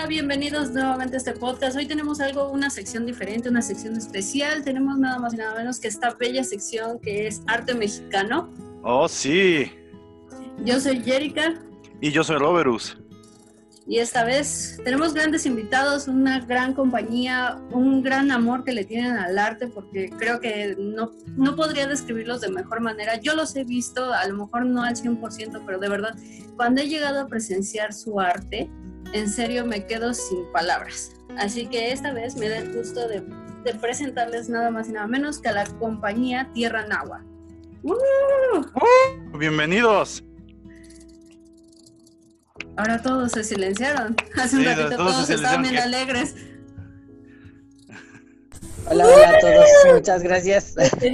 bienvenidos nuevamente a este podcast. Hoy tenemos una sección diferente, una sección especial. Tenemos nada más y nada menos que esta bella sección que es Arte Mexicano. Oh, sí. Yo soy Jerica. Y yo soy Roberus. Y esta vez tenemos grandes invitados, una gran compañía, un gran amor que le tienen al arte, porque creo que no podría describirlos de mejor manera. Yo los he visto, a lo mejor no al 100%, pero de verdad, cuando he llegado a presenciar su arte, en serio me quedo sin palabras. Así que esta vez me da el gusto de presentarles nada más y nada menos que a la compañía Tierra Nahua. ¡Bienvenidos! Ahora todos se silenciaron. Hace un ratito todos estaban bien alegres. Hola a todos. Muchas gracias.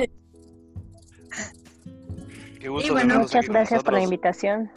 Qué gusto. Y bueno, muchas gracias por la invitación.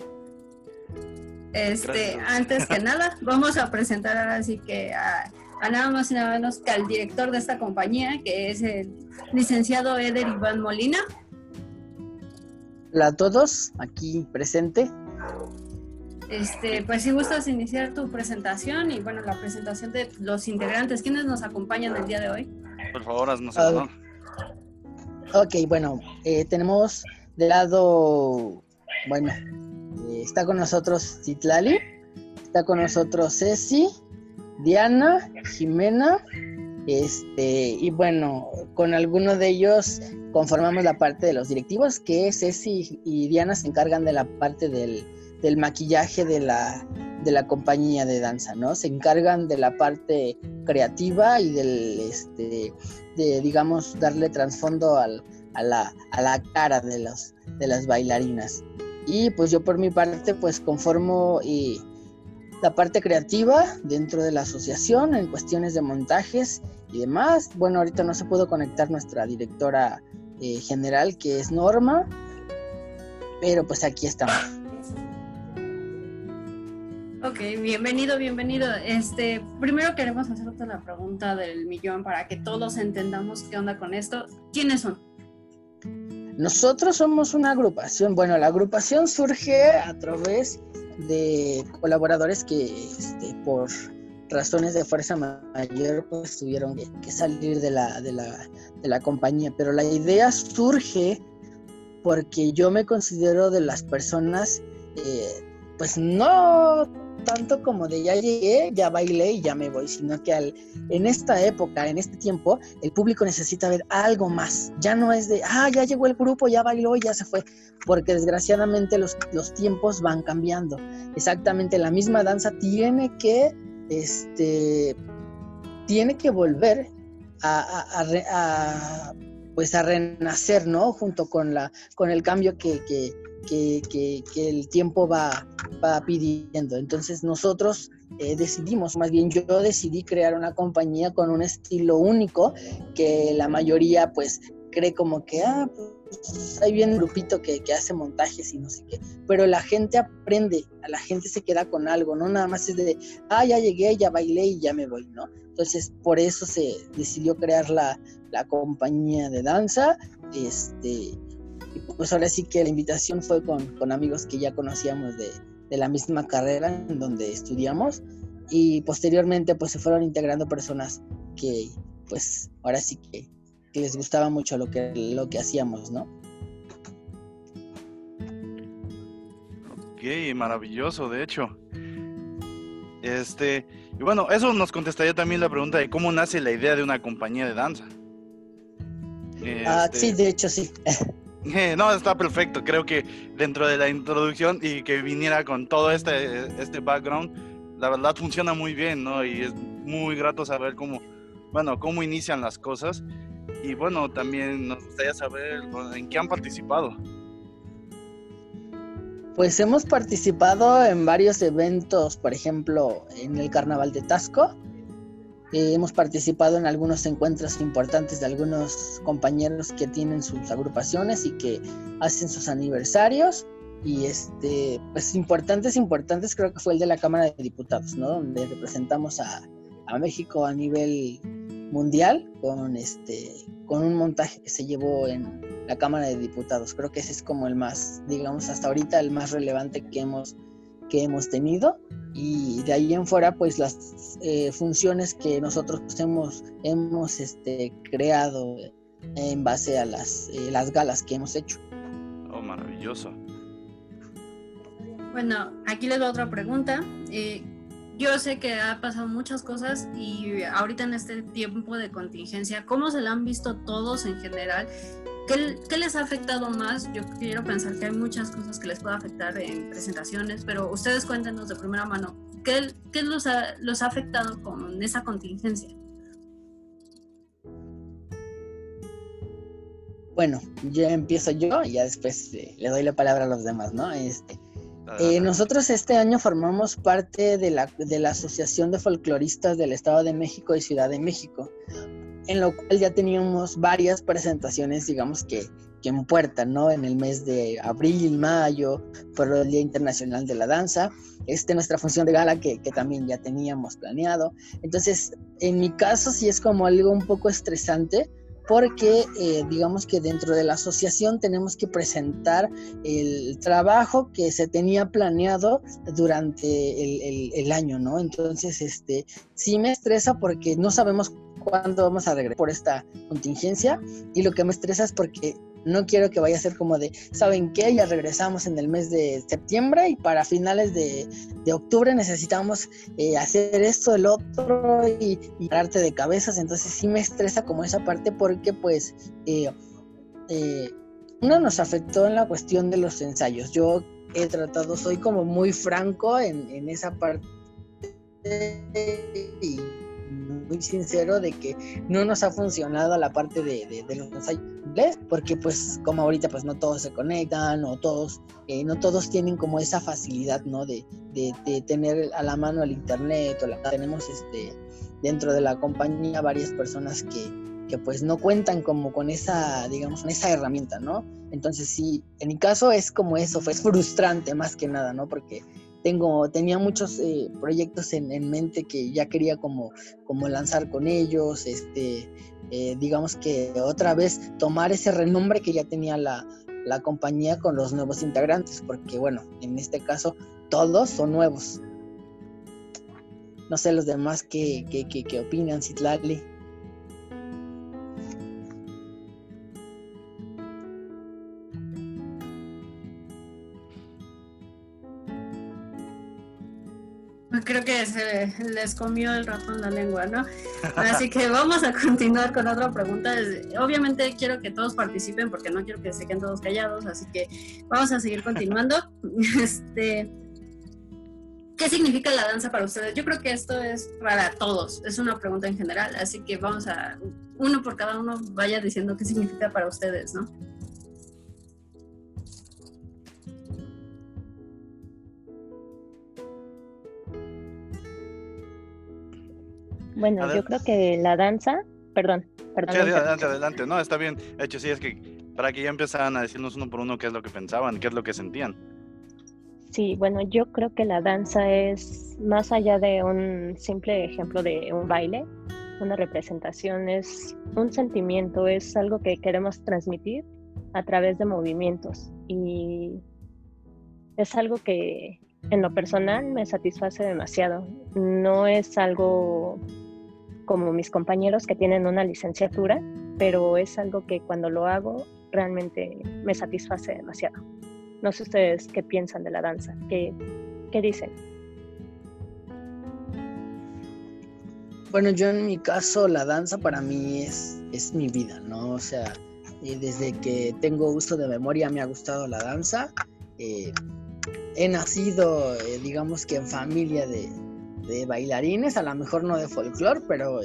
Antes que nada, vamos a presentar ahora sí que a nada más y nada menos que al director de esta compañía, que es el licenciado Eder Iván Molina. Hola a todos, aquí presente. Pues si gustas iniciar tu presentación y bueno, la presentación de los integrantes, ¿quiénes nos acompañan el día de hoy? Por favor, haznos el honor. Ok, bueno, tenemos de lado, bueno, está con nosotros Citlali, está con nosotros Ceci, Diana, Jimena, y bueno, con alguno de ellos conformamos la parte de los directivos, que Ceci y Diana se encargan de la parte del maquillaje de la compañía de danza, ¿no? Se encargan de la parte creativa y de digamos, darle trasfondo a la cara de las bailarinas. Y pues yo por mi parte pues conformo la parte creativa dentro de la asociación en cuestiones de montajes y demás. Bueno, ahorita no se pudo conectar nuestra directora general, que es Norma, pero pues aquí estamos. Ok, bienvenido. Primero queremos hacerte la pregunta del millón para que todos entendamos qué onda con esto. ¿Quiénes son? Nosotros somos una agrupación. Bueno, la agrupación surge a través de colaboradores que por razones de fuerza mayor pues tuvieron que salir de la compañía, pero la idea surge porque yo me considero de las personas pues no tanto como de ya llegué, ya bailé y ya me voy, sino que en esta época, en este tiempo, el público necesita ver algo más. Ya no es de, ya llegó el grupo, ya bailó y ya se fue, porque desgraciadamente los tiempos van cambiando. Exactamente, la misma danza tiene que volver a renacer, ¿no? Junto con el cambio que el tiempo va pidiendo. Entonces nosotros decidimos, más bien yo decidí crear una compañía con un estilo único que la mayoría pues cree como que pues, hay bien un grupito que hace montajes y no sé qué, pero la gente aprende, a la gente se queda con algo, no nada más es de ya llegué, ya bailé y ya me voy, ¿no? Entonces por eso se decidió crear la compañía de danza. Y pues ahora sí que la invitación fue con amigos que ya conocíamos de la misma carrera en donde estudiamos, y posteriormente pues se fueron integrando personas que pues ahora sí que les gustaba mucho lo que hacíamos, ¿no? Ok, maravilloso, de hecho. Y bueno, eso nos contestaría también la pregunta de cómo nace la idea de una compañía de danza. Sí, de hecho sí. No, está perfecto. Creo que dentro de la introducción y que viniera con todo este background, la verdad funciona muy bien, ¿no? Y es muy grato saber cómo inician las cosas. Y bueno, también nos gustaría saber en qué han participado. Pues hemos participado en varios eventos, por ejemplo, en el Carnaval de Taxco. Hemos participado en algunos encuentros importantes de algunos compañeros que tienen sus agrupaciones y que hacen sus aniversarios. Y pues importantes, creo que fue el de la Cámara de Diputados, ¿no? Donde representamos a México a nivel mundial con un montaje que se llevó en la Cámara de Diputados. Creo que ese es como el más, digamos, hasta ahorita el más relevante que hemos que hemos tenido, y de ahí en fuera pues las funciones que nosotros hemos creado en base a las galas que hemos hecho. Oh, maravilloso. Bueno, aquí les doy otra pregunta. Yo sé que ha pasado muchas cosas y ahorita en este tiempo de contingencia, ¿cómo se la han visto todos en general? ¿Qué les ha afectado más? Yo quiero pensar que hay muchas cosas que les puede afectar en presentaciones, pero ustedes cuéntenos de primera mano, ¿qué los ha afectado con esa contingencia? Bueno, ya empiezo yo y ya después le doy la palabra a los demás, ¿no? Nosotros este año formamos parte de la Asociación de Folcloristas del Estado de México y Ciudad de México, en lo cual ya teníamos varias presentaciones, digamos que en puerta, ¿no? En el mes de abril, mayo, por el Día Internacional de la Danza, nuestra función de gala que también ya teníamos planeado. Entonces, en mi caso sí es como algo un poco estresante, porque digamos que dentro de la asociación tenemos que presentar el trabajo que se tenía planeado durante el año, ¿no? Entonces, sí me estresa porque no sabemos cuándo vamos a regresar por esta contingencia, y lo que me estresa es porque no quiero que vaya a ser como de, ¿saben qué? Ya regresamos en el mes de septiembre y para finales de octubre necesitamos hacer esto, el otro y pararte de cabezas. Entonces sí me estresa como esa parte porque pues uno nos afectó en la cuestión de los ensayos. Yo he tratado, soy como muy franco en esa parte y muy sincero de que no nos ha funcionado la parte de los ensayos, porque pues como ahorita pues no todos se conectan o no todos tienen como esa facilidad, ¿no? de tener a la mano el internet, tenemos dentro de la compañía varias personas que pues no cuentan como con esa, digamos, esa herramienta, ¿no? Entonces sí, en mi caso es como eso, fue frustrante más que nada, ¿no? Porque tenía muchos proyectos en mente que ya quería como lanzar con ellos, digamos que otra vez tomar ese renombre que ya tenía la compañía con los nuevos integrantes, porque bueno, en este caso todos son nuevos. No sé los demás qué opinan, Citlali. Creo que se les comió el ratón la lengua, ¿no? Así que vamos a continuar con otra pregunta. Obviamente quiero que todos participen porque no quiero que se queden todos callados, así que vamos a seguir continuando. ¿Qué significa la danza para ustedes? Yo creo que esto es para todos, es una pregunta en general, así que vamos a, uno por cada uno vaya diciendo qué significa para ustedes, ¿no? Bueno, yo creo que la danza, perdón. Sí, adelante. No, está bien. De hecho, sí, es que para que ya empezaran a decirnos uno por uno qué es lo que pensaban, qué es lo que sentían. Sí, bueno, yo creo que la danza es más allá de un simple ejemplo de un baile, una representación, es un sentimiento, es algo que queremos transmitir a través de movimientos, y es algo que en lo personal me satisface demasiado. No es algo como mis compañeros que tienen una licenciatura, pero es algo que cuando lo hago realmente me satisface demasiado. No sé ustedes qué piensan de la danza, qué dicen. Bueno, yo en mi caso la danza para mí es mi vida, ¿no? O sea, desde que tengo uso de memoria me ha gustado la danza. He nacido, digamos que en familia de bailarines, a lo mejor no de folclore, pero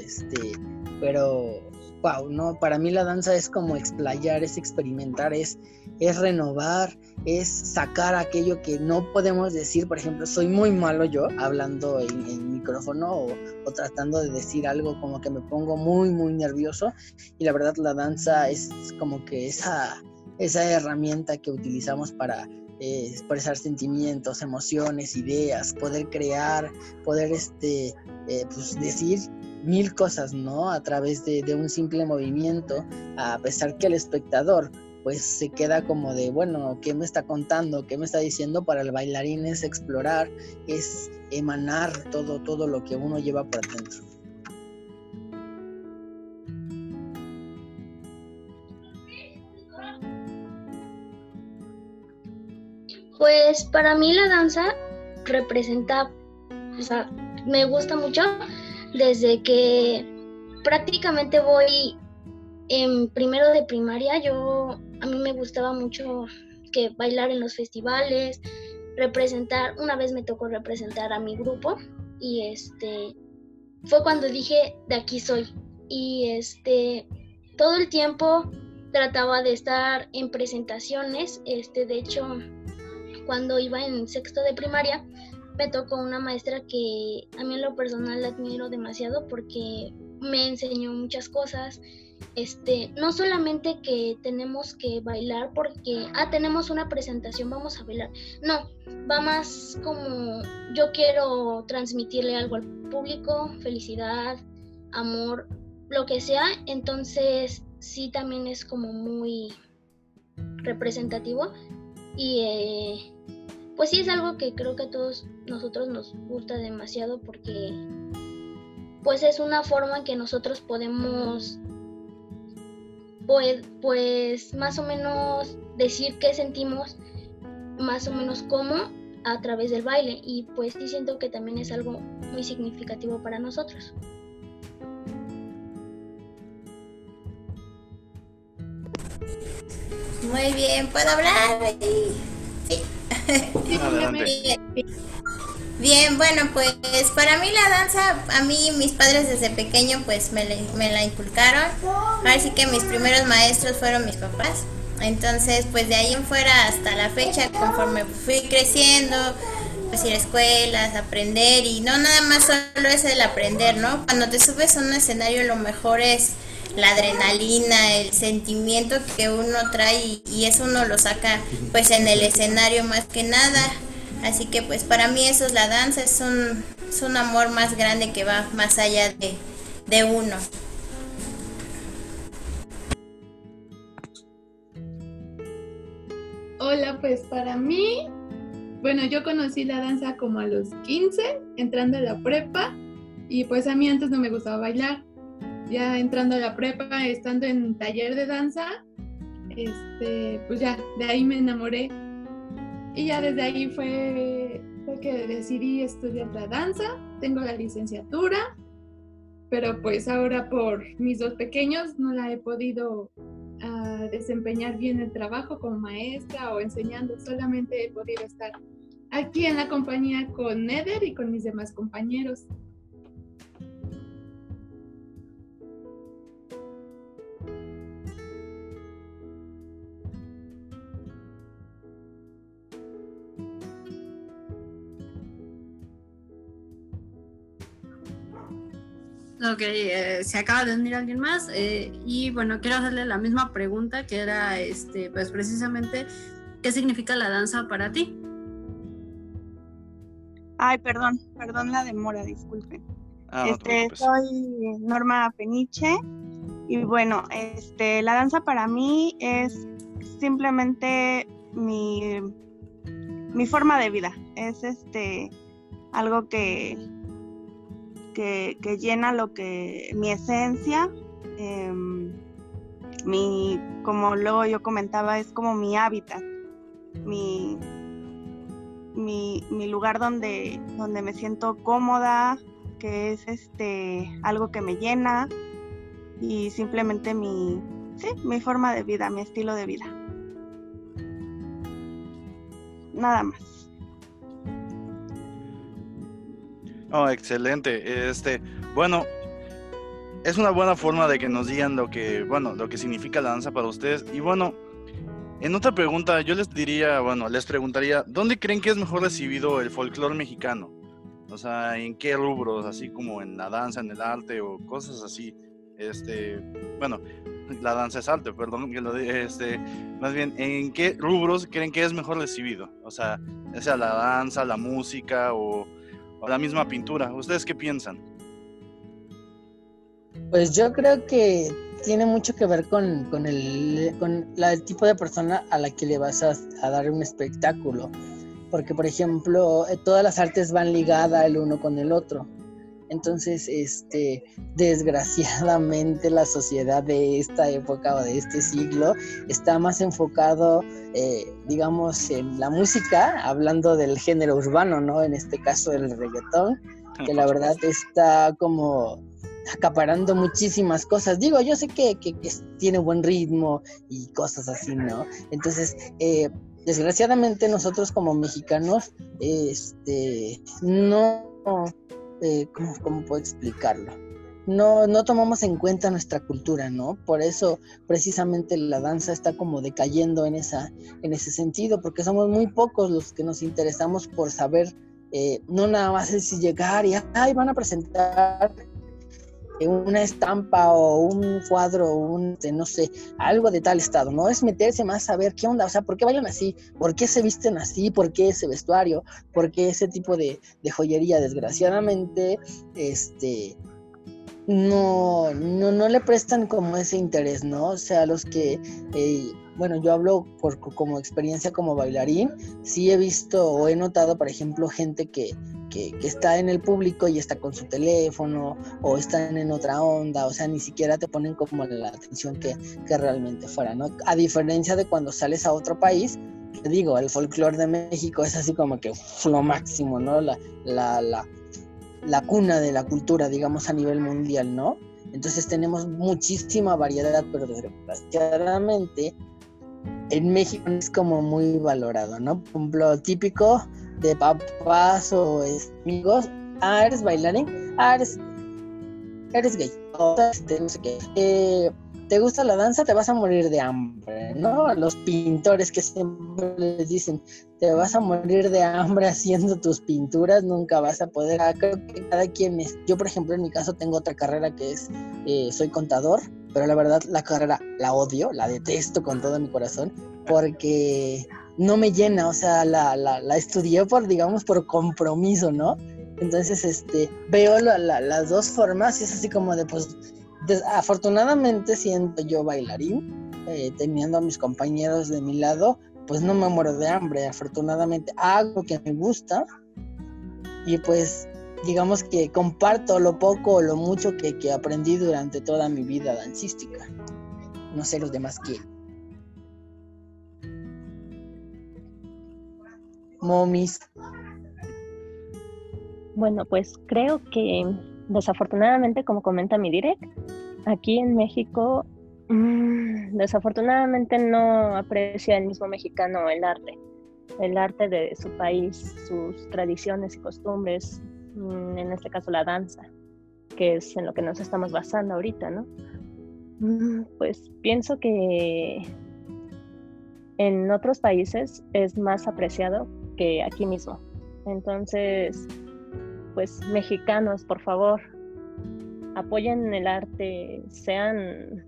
wow, no, para mí la danza es como explayar, es experimentar, es renovar, es sacar aquello que no podemos decir. Por ejemplo, soy muy malo yo hablando en micrófono o tratando de decir algo, como que me pongo muy, muy nervioso, y la verdad la danza es como que esa herramienta que utilizamos para expresar sentimientos, emociones, ideas, poder crear, poder pues decir mil cosas, ¿no? A través de un simple movimiento, a pesar que el espectador pues se queda como de, bueno, ¿qué me está contando? ¿Qué me está diciendo? Para el bailarín es explorar, es emanar todo lo que uno lleva por dentro. Pues para mí la danza representa, o sea, me gusta mucho desde que prácticamente voy en primero de primaria. A mí me gustaba mucho que bailar en los festivales, representar. Una vez me tocó representar a mi grupo y fue cuando dije, de aquí soy. Y todo el tiempo trataba de estar en presentaciones. De hecho, cuando iba en sexto de primaria, me tocó una maestra que a mí en lo personal la admiro demasiado porque me enseñó muchas cosas. No solamente que tenemos que bailar porque tenemos una presentación, vamos a bailar. No, va más como yo quiero transmitirle algo al público, felicidad, amor, lo que sea. Entonces sí, también es como muy representativo y pues sí, es algo que creo que a todos nosotros nos gusta demasiado porque pues es una forma en que nosotros podemos pues más o menos decir qué sentimos, más o menos cómo, a través del baile. Y pues sí, siento que también es algo muy significativo para nosotros. Muy bien, ¿puedo hablar? Sí. Bien, bueno, pues para mí la danza, a mí mis padres desde pequeño pues me la inculcaron. Ahora sí que mis primeros maestros fueron mis papás. Entonces pues de ahí en fuera hasta la fecha, conforme fui creciendo, pues ir a escuelas, aprender, y no nada más solo es el aprender, ¿no? Cuando te subes a un escenario lo mejor es la adrenalina, el sentimiento que uno trae y eso uno lo saca pues en el escenario más que nada. Así que pues para mí eso es la danza, es un amor más grande que va más allá de uno. Hola, pues para mí, bueno, yo conocí la danza como a los 15, entrando a la prepa, y pues a mí antes no me gustaba bailar. Ya entrando a la prepa, estando en taller de danza, pues ya, de ahí me enamoré. Y ya desde ahí fue que decidí estudiar la danza. Tengo la licenciatura, pero pues ahora por mis dos pequeños no la he podido desempeñar bien el trabajo como maestra o enseñando. Solamente he podido estar aquí en la compañía con Eder y con mis demás compañeros. Ok, se acaba de unir alguien más y bueno, quiero hacerle la misma pregunta que era pues precisamente ¿qué significa la danza para ti? Ay, perdón la demora, disculpen. No te preocupes. Soy Norma Peniche y bueno, la danza para mí es simplemente mi forma de vida, es algo que llena mi esencia, como luego yo comentaba, es como mi hábitat, mi lugar donde me siento cómoda, que es algo que me llena y simplemente mi forma de vida, mi estilo de vida. Nada más. Oh, excelente. Bueno, es una buena forma de que nos digan lo que significa la danza para ustedes. Y bueno, en otra pregunta yo les preguntaría, ¿dónde creen que es mejor recibido el folclore mexicano? O sea, ¿en qué rubros? Así como en la danza, en el arte o cosas así. La danza es arte, perdón que lo diga. Más bien, ¿en qué rubros creen que es mejor recibido? O sea la danza, la música o la misma pintura. ¿Ustedes qué piensan? Pues yo creo que tiene mucho que ver con el tipo de persona a la que le vas a dar un espectáculo. Porque, por ejemplo, todas las artes van ligadas el uno con el otro. Entonces, desgraciadamente la sociedad de esta época o de este siglo está más enfocado, digamos, en la música, hablando del género urbano, ¿no? En este caso el reggaetón, que la verdad está como acaparando muchísimas cosas. Digo, yo sé que tiene buen ritmo y cosas así, ¿no? Entonces, desgraciadamente nosotros como mexicanos, no... ¿cómo puedo explicarlo? No tomamos en cuenta nuestra cultura, ¿no? Por eso precisamente la danza está como decayendo en ese sentido, porque somos muy pocos los que nos interesamos por saber, no nada más es llegar y van a presentar una estampa o un cuadro, no sé, algo de tal estado, ¿no? Es meterse más a ver qué onda, o sea, ¿por qué bailan así? ¿Por qué se visten así? ¿Por qué ese vestuario? ¿Por qué ese tipo de joyería? Desgraciadamente, no le prestan como ese interés, ¿no? O sea, los que, bueno, yo hablo como experiencia como bailarín, sí he visto o he notado, por ejemplo, gente que está en el público y está con su teléfono o están en otra onda, o sea, ni siquiera te ponen como la atención que realmente fuera, ¿no? A diferencia de cuando sales a otro país, te digo, el folclore de México es así como que lo máximo, ¿no? La cuna de la cultura, digamos, a nivel mundial, ¿no? Entonces tenemos muchísima variedad, pero desgraciadamente en México es como muy valorado, ¿no? Por ejemplo, típico de papás o amigos, eres bailarín, eres gay, o no sé qué. ¿Te gusta la danza? Te vas a morir de hambre, ¿no? Los pintores que siempre les dicen, te vas a morir de hambre haciendo tus pinturas, nunca vas a poder. Creo que cada quien es. Yo, por ejemplo, en mi caso tengo otra carrera que es, soy contador, pero la verdad la carrera la odio, la detesto con todo mi corazón, porque no me llena, o sea, la estudié por compromiso, ¿no? Entonces, veo las dos formas y es así como de, pues, afortunadamente siendo yo bailarín, teniendo a mis compañeros de mi lado, pues no me muero de hambre, afortunadamente hago lo que me gusta y pues digamos que comparto lo poco o lo mucho que aprendí durante toda mi vida dancística. No sé los demás qué. Momis. Bueno, pues creo que desafortunadamente, como comenta mi direct, aquí en México desafortunadamente no aprecia el mismo mexicano el arte de su país, sus tradiciones y costumbres, en este caso la danza, que es en lo que nos estamos basando ahorita, ¿no? Pues pienso que en otros países es más apreciado que aquí mismo. Entonces, pues mexicanos, por favor, apoyen el arte, sean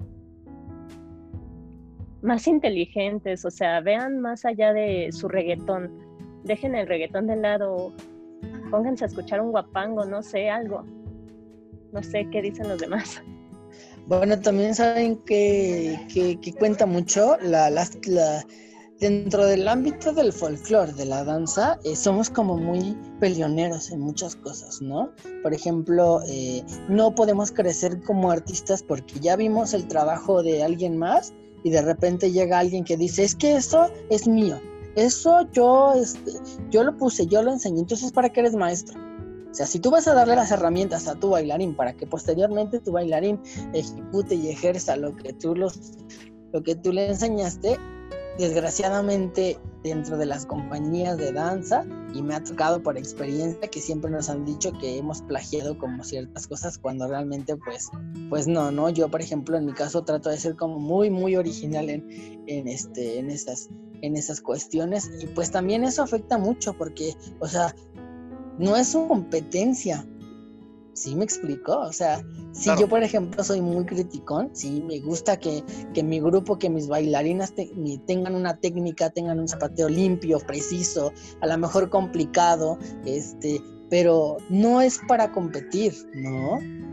más inteligentes, o sea, vean más allá de su reggaetón, dejen el reggaetón de lado, pónganse a escuchar un guapango, no sé, algo, no sé qué dicen los demás. Bueno, también saben que cuenta mucho dentro del ámbito del folclore, de la danza, somos como muy peleoneros en muchas cosas, ¿no? Por ejemplo, no podemos crecer como artistas porque ya vimos el trabajo de alguien más y de repente llega alguien que dice, es que eso es mío, eso yo lo puse, yo lo enseñé, entonces ¿para qué eres maestro? O sea, si tú vas a darle las herramientas a tu bailarín para que posteriormente tu bailarín ejecute y ejerza lo que tú le enseñaste, desgraciadamente dentro de las compañías de danza, y me ha tocado por experiencia que siempre nos han dicho que hemos plagiado como ciertas cosas cuando realmente pues no, yo por ejemplo en mi caso trato de ser como muy muy original en esas cuestiones, y pues también eso afecta mucho porque, o sea, no es una competencia. ¿Sí me explico? O sea, si claro. Yo, por ejemplo, soy muy criticón, sí, me gusta que mi grupo, que mis bailarinas tengan una técnica, tengan un zapateo limpio, preciso, a lo mejor complicado, pero no es para competir, ¿no?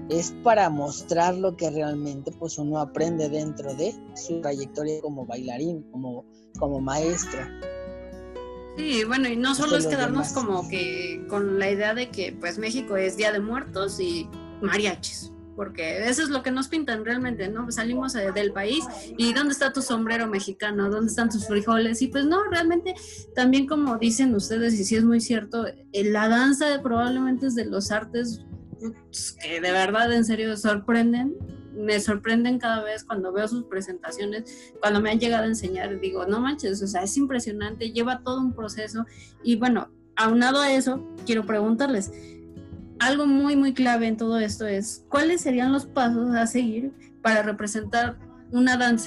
es para mostrar lo que realmente pues uno aprende dentro de su trayectoria como bailarín, como maestro. Sí, bueno, y no solo es quedarnos demás. como que con la idea de que pues México es Día de Muertos y mariachis, porque eso es lo que nos pintan realmente, ¿no? Salimos del país y ¿dónde está tu sombrero mexicano? ¿Dónde están tus frijoles? Y pues no, realmente también como dicen ustedes, y sí es muy cierto, la danza probablemente es de los artes que de verdad en serio sorprenden. Me sorprenden cada vez cuando veo sus presentaciones, cuando me han llegado a enseñar, digo, no manches, o sea, es impresionante, lleva todo un proceso. Y bueno, aunado a eso, quiero preguntarles, algo muy, muy clave en todo esto es, ¿cuáles serían los pasos a seguir para representar una danza?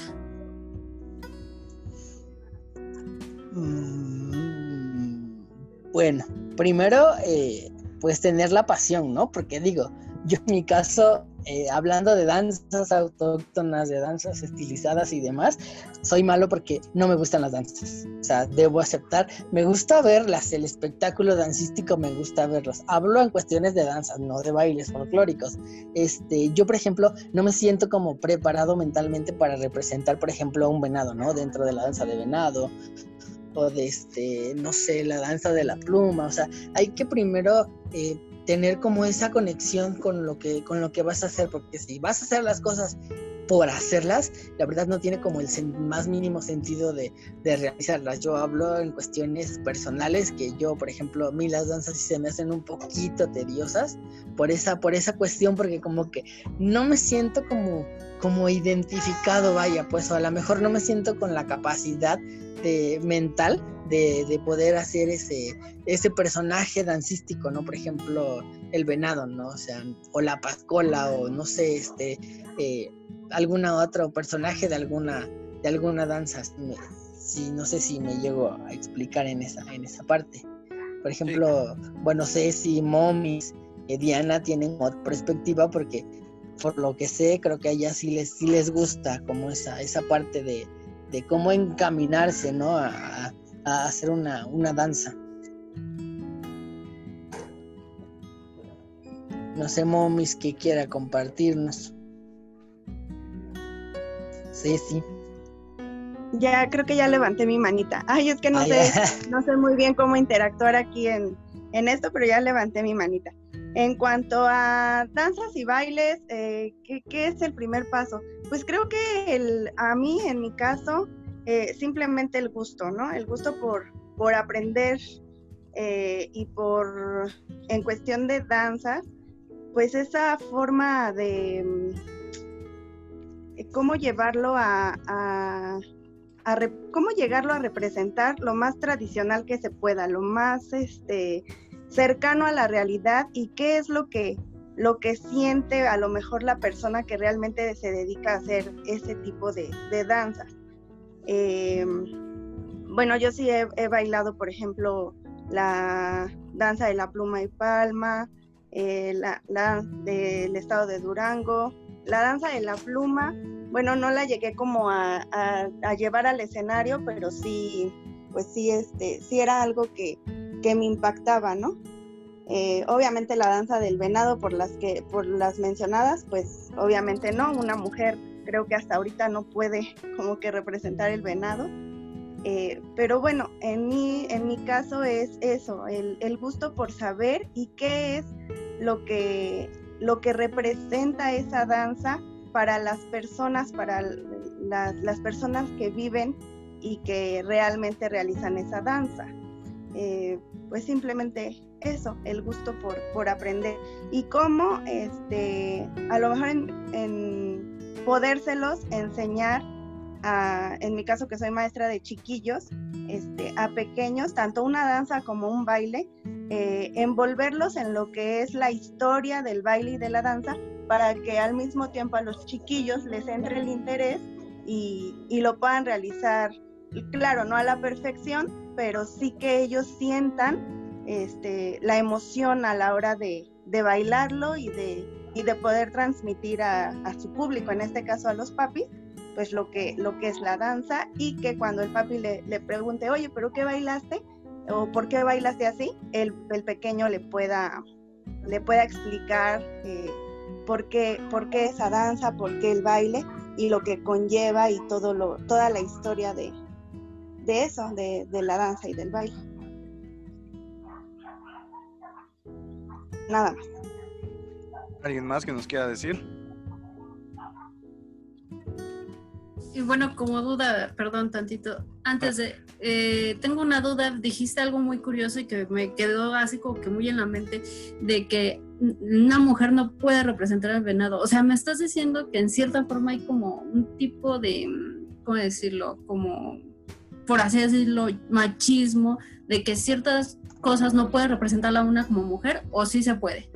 Bueno, primero, pues tener la pasión, ¿no? Porque digo, yo en mi caso, hablando de danzas autóctonas, de danzas estilizadas y demás, soy malo porque no me gustan las danzas. O sea, debo aceptar, me gusta verlas, el espectáculo dancístico me gusta verlos. Hablo en cuestiones de danzas, no de bailes folclóricos. Yo, por ejemplo, no me siento como preparado mentalmente para representar, por ejemplo, a un venado, ¿no? Dentro de la danza de venado, o de, no sé, la danza de la pluma. O sea, hay que primero tener como esa conexión con lo que vas a hacer, porque si vas a hacer las cosas por hacerlas, la verdad no tiene como el más mínimo sentido de realizarlas. Yo hablo en cuestiones personales, que yo, por ejemplo, a mí las danzas sí se me hacen un poquito tediosas por esa cuestión, porque como que no me siento como identificado, vaya, pues, o a lo mejor no me siento con la capacidad mental de poder hacer ese personaje dancístico, ¿no? Por ejemplo, el venado, ¿no? O sea, o la pascola, o no sé, alguna otro personaje de alguna danza. Sí, no sé si me llego a explicar en esa parte. Por ejemplo, sí. Bueno, Ceci, Momis, Diana tienen otra perspectiva, porque por lo que sé, creo que a ellas sí les gusta como esa parte de cómo encaminarse, ¿no? A hacer una danza. No sé, Momis, que quiera compartirnos. Sí. Ya, creo que ya levanté mi manita. Ay, es que no sé muy bien cómo interactuar aquí en esto, pero ya levanté mi manita. En cuanto a danzas y bailes, ¿qué es el primer paso? Pues creo que a mí, en mi caso, simplemente el gusto, ¿no? El gusto por aprender y en cuestión de danzas, pues esa forma de cómo llevarlo cómo llegarlo a representar lo más tradicional que se pueda, lo más cercano a la realidad, y qué es lo que siente a lo mejor la persona que realmente se dedica a hacer ese tipo de danzas. Bueno, yo sí he bailado, por ejemplo, la danza de la pluma y palma, la del estado de Durango. La danza de la pluma, bueno, no la llegué como a llevar al escenario, pero sí, pues sí, sí era algo que me impactaba, ¿no? Obviamente la danza del venado, por las mencionadas, pues obviamente no, una mujer creo que hasta ahorita no puede como que representar el venado, pero bueno, en mi caso es eso, el gusto por saber y qué es lo que representa esa danza para las personas, para las personas que viven y que realmente realizan esa danza. Pues simplemente eso, el gusto por aprender, y cómo a lo mejor en podérselos enseñar en mi caso, que soy maestra de chiquillos, a pequeños, tanto una danza como un baile, envolverlos en lo que es la historia del baile y de la danza, para que al mismo tiempo a los chiquillos les entre el interés y lo puedan realizar, claro, no a la perfección, pero sí que ellos sientan la emoción a la hora de bailarlo y de poder transmitir a su público, en este caso a los papis, pues lo que es la danza, y que cuando el papi le pregunte, oye, ¿pero qué bailaste? ¿O por qué bailaste así? El pequeño le pueda explicar por qué esa danza, por qué el baile y lo que conlleva y toda la historia de eso, de la danza y del baile. Nada más. ¿Alguien más que nos quiera decir? Y bueno, como duda, perdón tantito, antes de, tengo una duda, dijiste algo muy curioso y que me quedó así como que muy en la mente, de que una mujer no puede representar al venado. O sea, me estás diciendo que en cierta forma hay como un tipo de, ¿cómo decirlo? Como, por así decirlo, machismo, de que ciertas cosas no puede representarla una como mujer, ¿o sí se puede?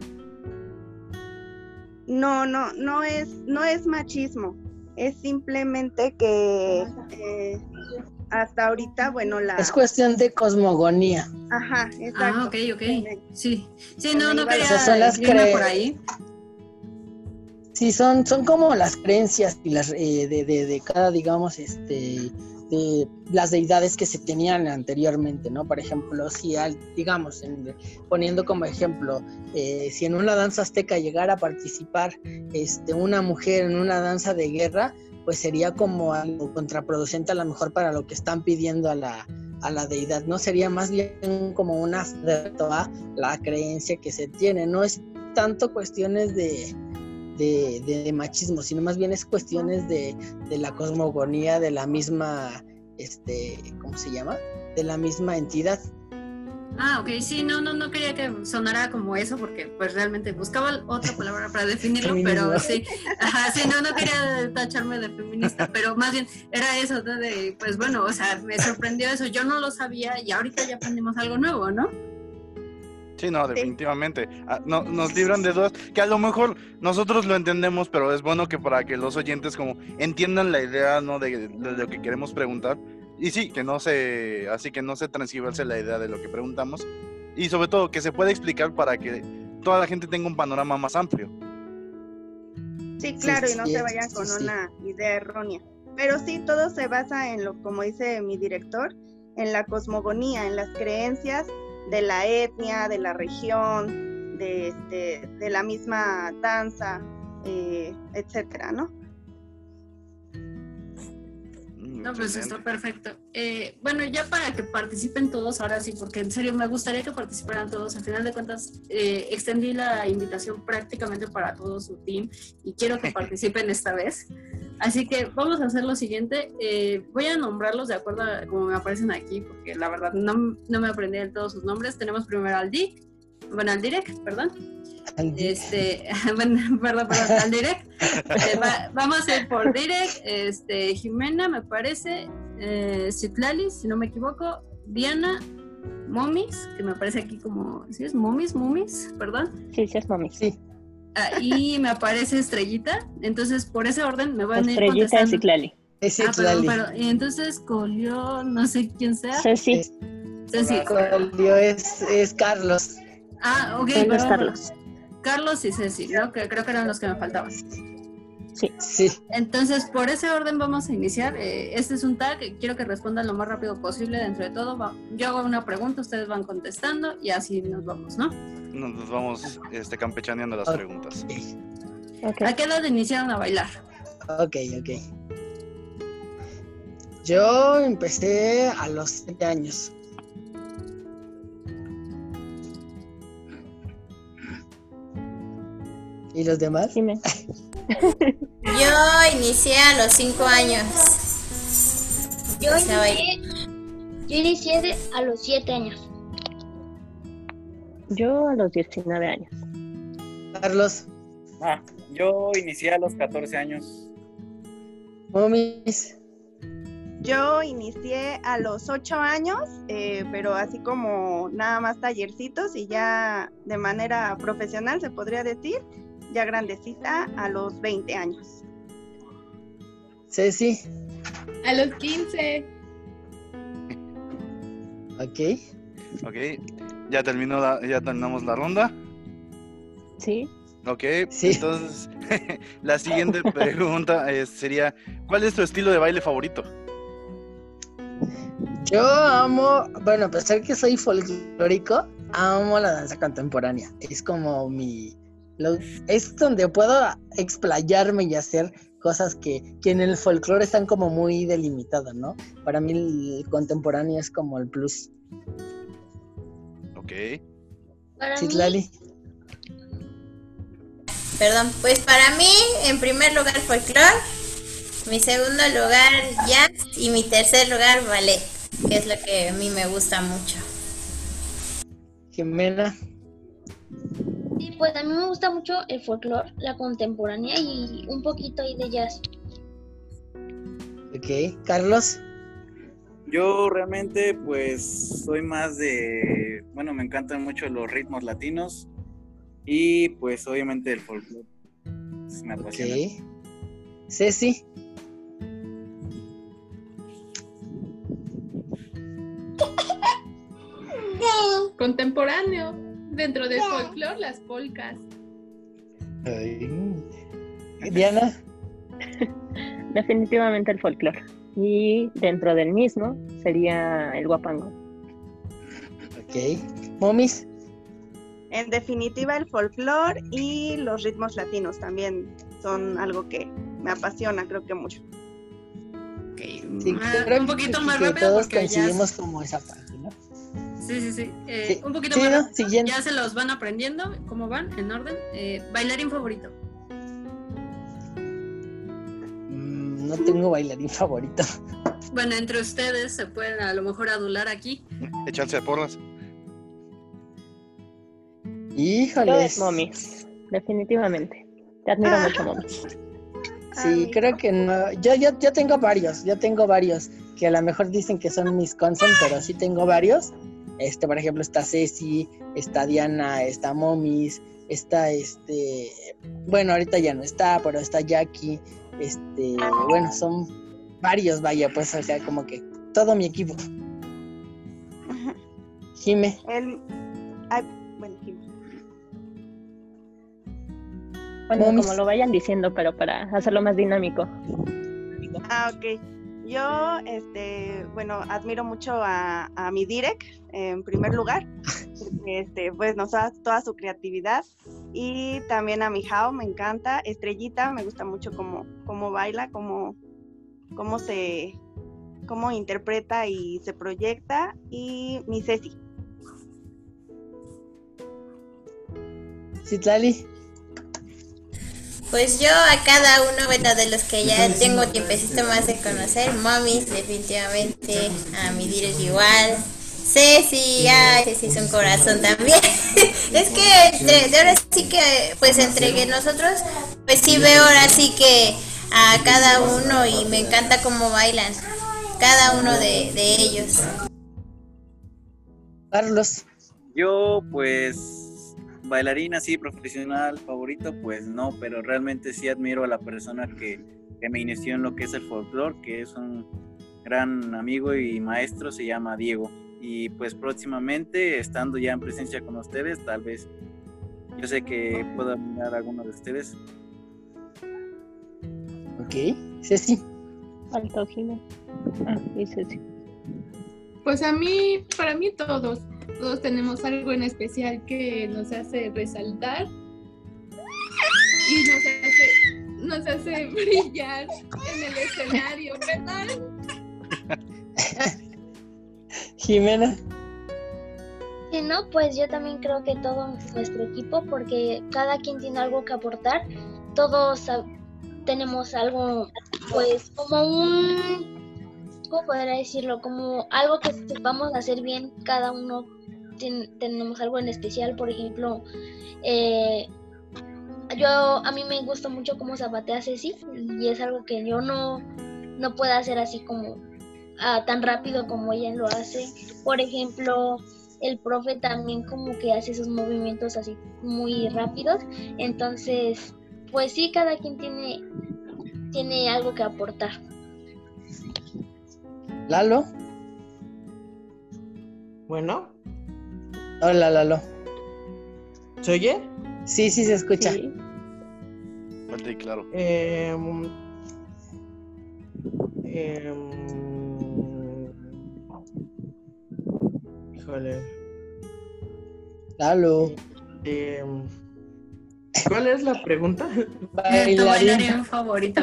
No es machismo. Es simplemente que hasta ahorita, bueno, Es cuestión de cosmogonía. Ajá, exacto. Ah, ok. Sí, no quería O sea, son las irme por ahí. Sí, son como las creencias y las de cada, digamos, de las deidades que se tenían anteriormente, ¿no? Por ejemplo, si digamos, poniendo como ejemplo, si en una danza azteca llegara a participar una mujer en una danza de guerra, pues sería como algo contraproducente a lo mejor para lo que están pidiendo a la deidad, ¿no? Sería más bien como una afecto a la creencia que se tiene, no es tanto cuestiones de machismo, sino más bien es cuestiones de la cosmogonía de la misma, ¿cómo se llama? De la misma entidad. Ah, ok, sí, no quería que sonara como eso, porque pues realmente buscaba otra palabra para definirlo, pero sí, ajá, sí, no quería tacharme de feminista, pero más bien era eso, de, pues bueno, o sea, me sorprendió eso, yo no lo sabía y ahorita ya aprendimos algo nuevo, ¿no? Sí, no, definitivamente. No, nos libran de dudas que a lo mejor nosotros lo entendemos, pero es bueno que para que los oyentes como entiendan la idea, ¿no? de lo que queremos preguntar. Y sí, así que no se transgiverse la idea de lo que preguntamos. Y sobre todo que se pueda explicar para que toda la gente tenga un panorama más amplio. Sí, claro, y no se vayan con una idea errónea. Pero sí, todo se basa en como dice mi director, en la cosmogonía, en las creencias de la etnia, de la región, de la misma danza, etcétera, ¿no? No, pues está perfecto. Bueno, ya para que participen todos, ahora sí, porque en serio me gustaría que participaran todos. Al final de cuentas, extendí la invitación prácticamente para todo su team y quiero que participen esta vez. Así que vamos a hacer lo siguiente. Voy a nombrarlos de acuerdo a como me aparecen aquí, porque la verdad no me aprendí de todos sus nombres. Tenemos primero al Direk, perdón. Al Direk. Vamos a ir por Direk, Jimena, me parece, Citlali, si no me equivoco, Diana, Momis, que me parece aquí como, ¿sí es Momis, perdón? Sí, es Momis. Sí. Y me aparece Estrellita, entonces por ese orden me van a ir contestando. Estrellita es Citlali. Es Citlali. Perdón. Y entonces Colio, no sé quién sea. Ceci. Colio es Carlos. Ah, ok. Son los Carlos. Carlos y Ceci, ¿no? Que creo que eran los que me faltaban. Sí. Entonces, por ese orden vamos a iniciar. Este es un tag, quiero que respondan lo más rápido posible dentro de todo. Yo hago una pregunta, ustedes van contestando y así nos vamos, ¿no? Nos vamos campechaneando las preguntas. Okay. ¿A qué edad iniciaron a bailar? Ok. Yo empecé a los 7 años. ¿Y los demás? Dime. Yo inicié a los 5 años. Yo inicié a los 7 años. Yo a los 19 años. Carlos. Yo inicié a los 14 años. Momis. Yo inicié a los 8 años, pero así como nada más tallercitos y ya de manera profesional se podría decir, ya grandecita a los 20 años. Ceci. A los 15. Ok. Ya terminamos la ronda. Sí. Ok, sí. Entonces la siguiente pregunta sería, ¿cuál es tu estilo de baile favorito? Yo amo, bueno, a pesar que soy folclórico, amo la danza contemporánea. Es como mi Es donde puedo explayarme y hacer cosas que en el folclore están como muy delimitadas, ¿no? Para mí el contemporáneo es como el plus. Ok. Para mí, Citlali. Perdón, pues para mí, en primer lugar, folclore, mi segundo lugar, jazz, y mi tercer lugar, ballet, que es lo que a mí me gusta mucho. Jimena. sí, pues a mí me gusta mucho el folclore, la contemporánea y un poquito ahí de jazz. Ok. Carlos. Yo realmente pues soy más de, bueno, me encantan mucho los ritmos latinos y pues obviamente el folclore. Me apasiona. Ok. Ceci. Contemporáneo. Dentro del folclore, las polcas. Ay. Diana. Definitivamente el folclore. Y dentro del mismo sería el guapango. Ok. Momis. En definitiva, el folclore y los ritmos latinos también son algo que me apasiona, creo que mucho. Okay. Sí, creo un poquito más que rápido todos porque coincidimos como esa parte, ¿no? Sí. Sí. Un poquito Sí, más ¿no? rápido. Siguiente. Ya se los van aprendiendo, cómo van, en orden. Bailarín favorito. No tengo bailarín favorito. Bueno, entre ustedes se pueden a lo mejor adular aquí. Echarse porras. Yo Híjoles. es Momis, definitivamente. Te admiro mucho, Momis. Sí, creo que no. Yo tengo varios que a lo mejor dicen que son mis consent, pero sí tengo varios. Por ejemplo, está Ceci, está Diana, está Momis, está bueno, ahorita ya no está, pero está Jackie. Bueno, son varios, vaya, pues, o sea, como que todo mi equipo. Jime. Bueno, Jime. Bueno, Momis. como lo vayan diciendo, pero para hacerlo más dinámico. Ok. Yo, bueno, admiro mucho a mi Direk, en primer lugar, porque, pues, nos da toda su creatividad, y también a mi Jao, me encanta. Estrellita, me gusta mucho cómo baila, cómo interpreta y se proyecta, y mi Ceci. Citlali. Pues yo a cada uno, bueno, de los que ya tengo tiempecito más de conocer, Momis, definitivamente, a mi Direk igual, Ceci, Ceci es un corazón también. Es que ahora sí que, pues entre que nosotros, pues sí veo ahora sí que a cada uno y me encanta cómo bailan, cada uno de ellos. Carlos. Yo pues bailarín así profesional favorito, pues no, pero realmente sí admiro a la persona que me inició en lo que es el folclore, que es un gran amigo y maestro, se llama Diego. Y pues próximamente, estando ya en presencia con ustedes, tal vez yo sé que puedo admirar a alguno de ustedes. Ok. Ceci. Faltó Jimena. Y Ceci. Pues para mí todos tenemos algo en especial que nos hace resaltar y nos hace brillar en el escenario, ¿verdad? Jimena. Si no, pues yo también creo que todo nuestro equipo, porque cada quien tiene algo que aportar, todos tenemos algo, pues ¿cómo podría decirlo? Como algo que sepamos hacer bien, cada uno tenemos algo en especial. Por ejemplo, a mí me gusta mucho cómo zapatea Ceci, y es algo que yo no puedo hacer así como tan rápido como ella lo hace. Por ejemplo, el profe también como que hace esos movimientos así muy rápidos. Entonces, pues sí, cada quien tiene algo que aportar. Lalo. Bueno, Hola, Lalo. ¿se oye? Sí, se escucha. Sí. Fuerte y claro. Híjole. Lalo. ¿Cuál es la pregunta? Tu bailarín favorito.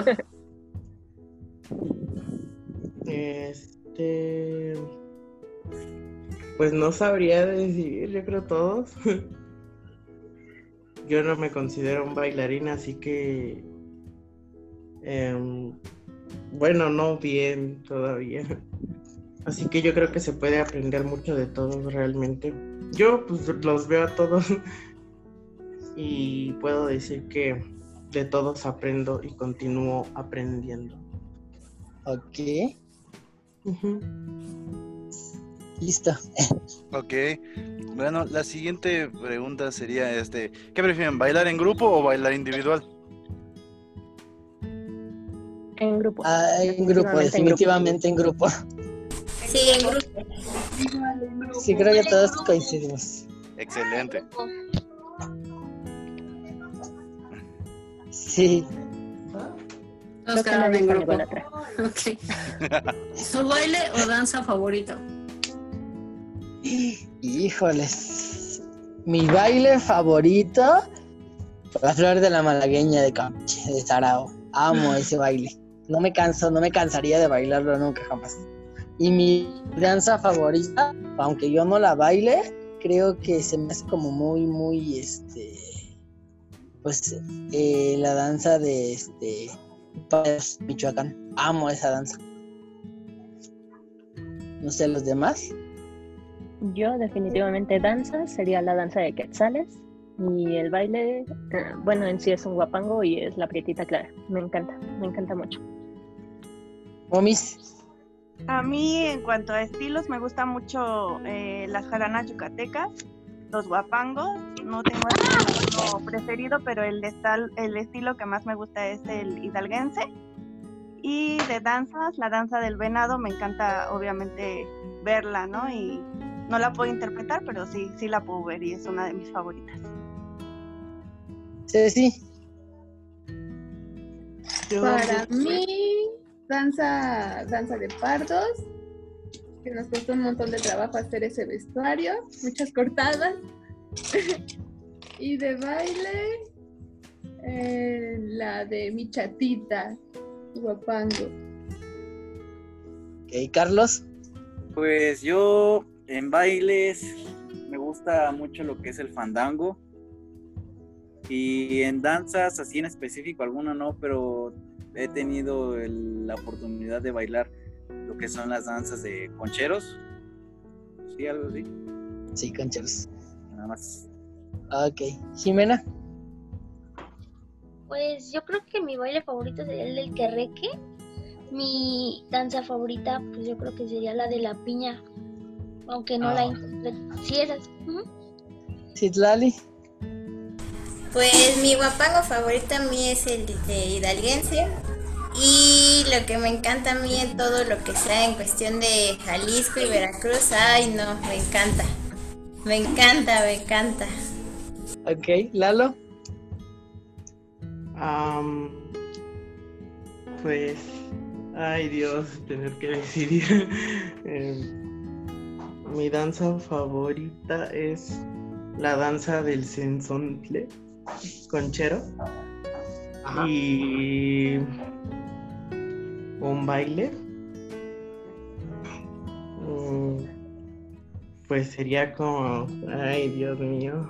Pues no sabría decidir, yo creo todos. Yo no me considero un bailarín, así que bueno, no bien todavía. Así que yo creo que se puede aprender mucho de todos realmente. Yo pues los veo a todos y puedo decir que de todos aprendo y continúo aprendiendo. Ok. Uh-huh. Listo. Ok. Bueno, la siguiente pregunta sería ¿qué prefieren, bailar en grupo o bailar individual? En grupo. En grupo, definitivamente en grupo. Sí, en grupo. Sí, creo que todos coincidimos. Excelente. Sí. Todos quedaron en grupo. Okay. ¿Su baile o danza favorito? Híjoles. Mi baile favorito, la flor de la malagueña de Campeche, de Sarao. Amo ese baile. No me cansaría de bailarlo nunca jamás. Y mi danza favorita, aunque yo no la baile, creo que se me hace como muy, pues la danza de Michoacán. Amo esa danza. No sé, ¿los demás? Yo definitivamente danza, sería la danza de quetzales. Y el baile, bueno, en sí es un guapango y es la prietita clara. Me encanta mucho. ¿Momis? A mí, en cuanto a estilos, me gusta mucho las jaranas yucatecas, los guapangos. No tengo estilo preferido, pero el estilo que más me gusta es el hidalguense. Y de danzas, la danza del venado, me encanta obviamente verla, ¿no? Y no la puedo interpretar, pero sí la puedo ver y es una de mis favoritas. Sí. Para mí, danza de pardos, que nos costó un montón de trabajo hacer ese vestuario, muchas cortadas. Y de baile, la de mi chatita, guapango. Ok, Carlos. Pues yo en bailes me gusta mucho lo que es el fandango. Y en danzas, así en específico, alguna no, pero he tenido la oportunidad de bailar lo que son las danzas de concheros. ¿Sí, algo así? Sí, concheros. Nada más. Ok. ¿Jimena? Pues yo creo que mi baile favorito sería el del querreque. Mi danza favorita, pues yo creo que sería la de la piña, aunque no la interpreto. Sí, esas. ¿Citlali? Pues mi guapango favorito a mí es el de hidalguense. Y lo que me encanta a mí en todo lo que sea en cuestión de Jalisco y Veracruz, ay no, me encanta. Me encanta. Ok, ¿Lalo? Pues, ay Dios, tener que decidir. Mi danza favorita es la danza del cenzontle conchero. Ajá. Y un baile, pues sería como, ay Dios mío,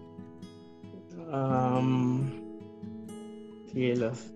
cielos.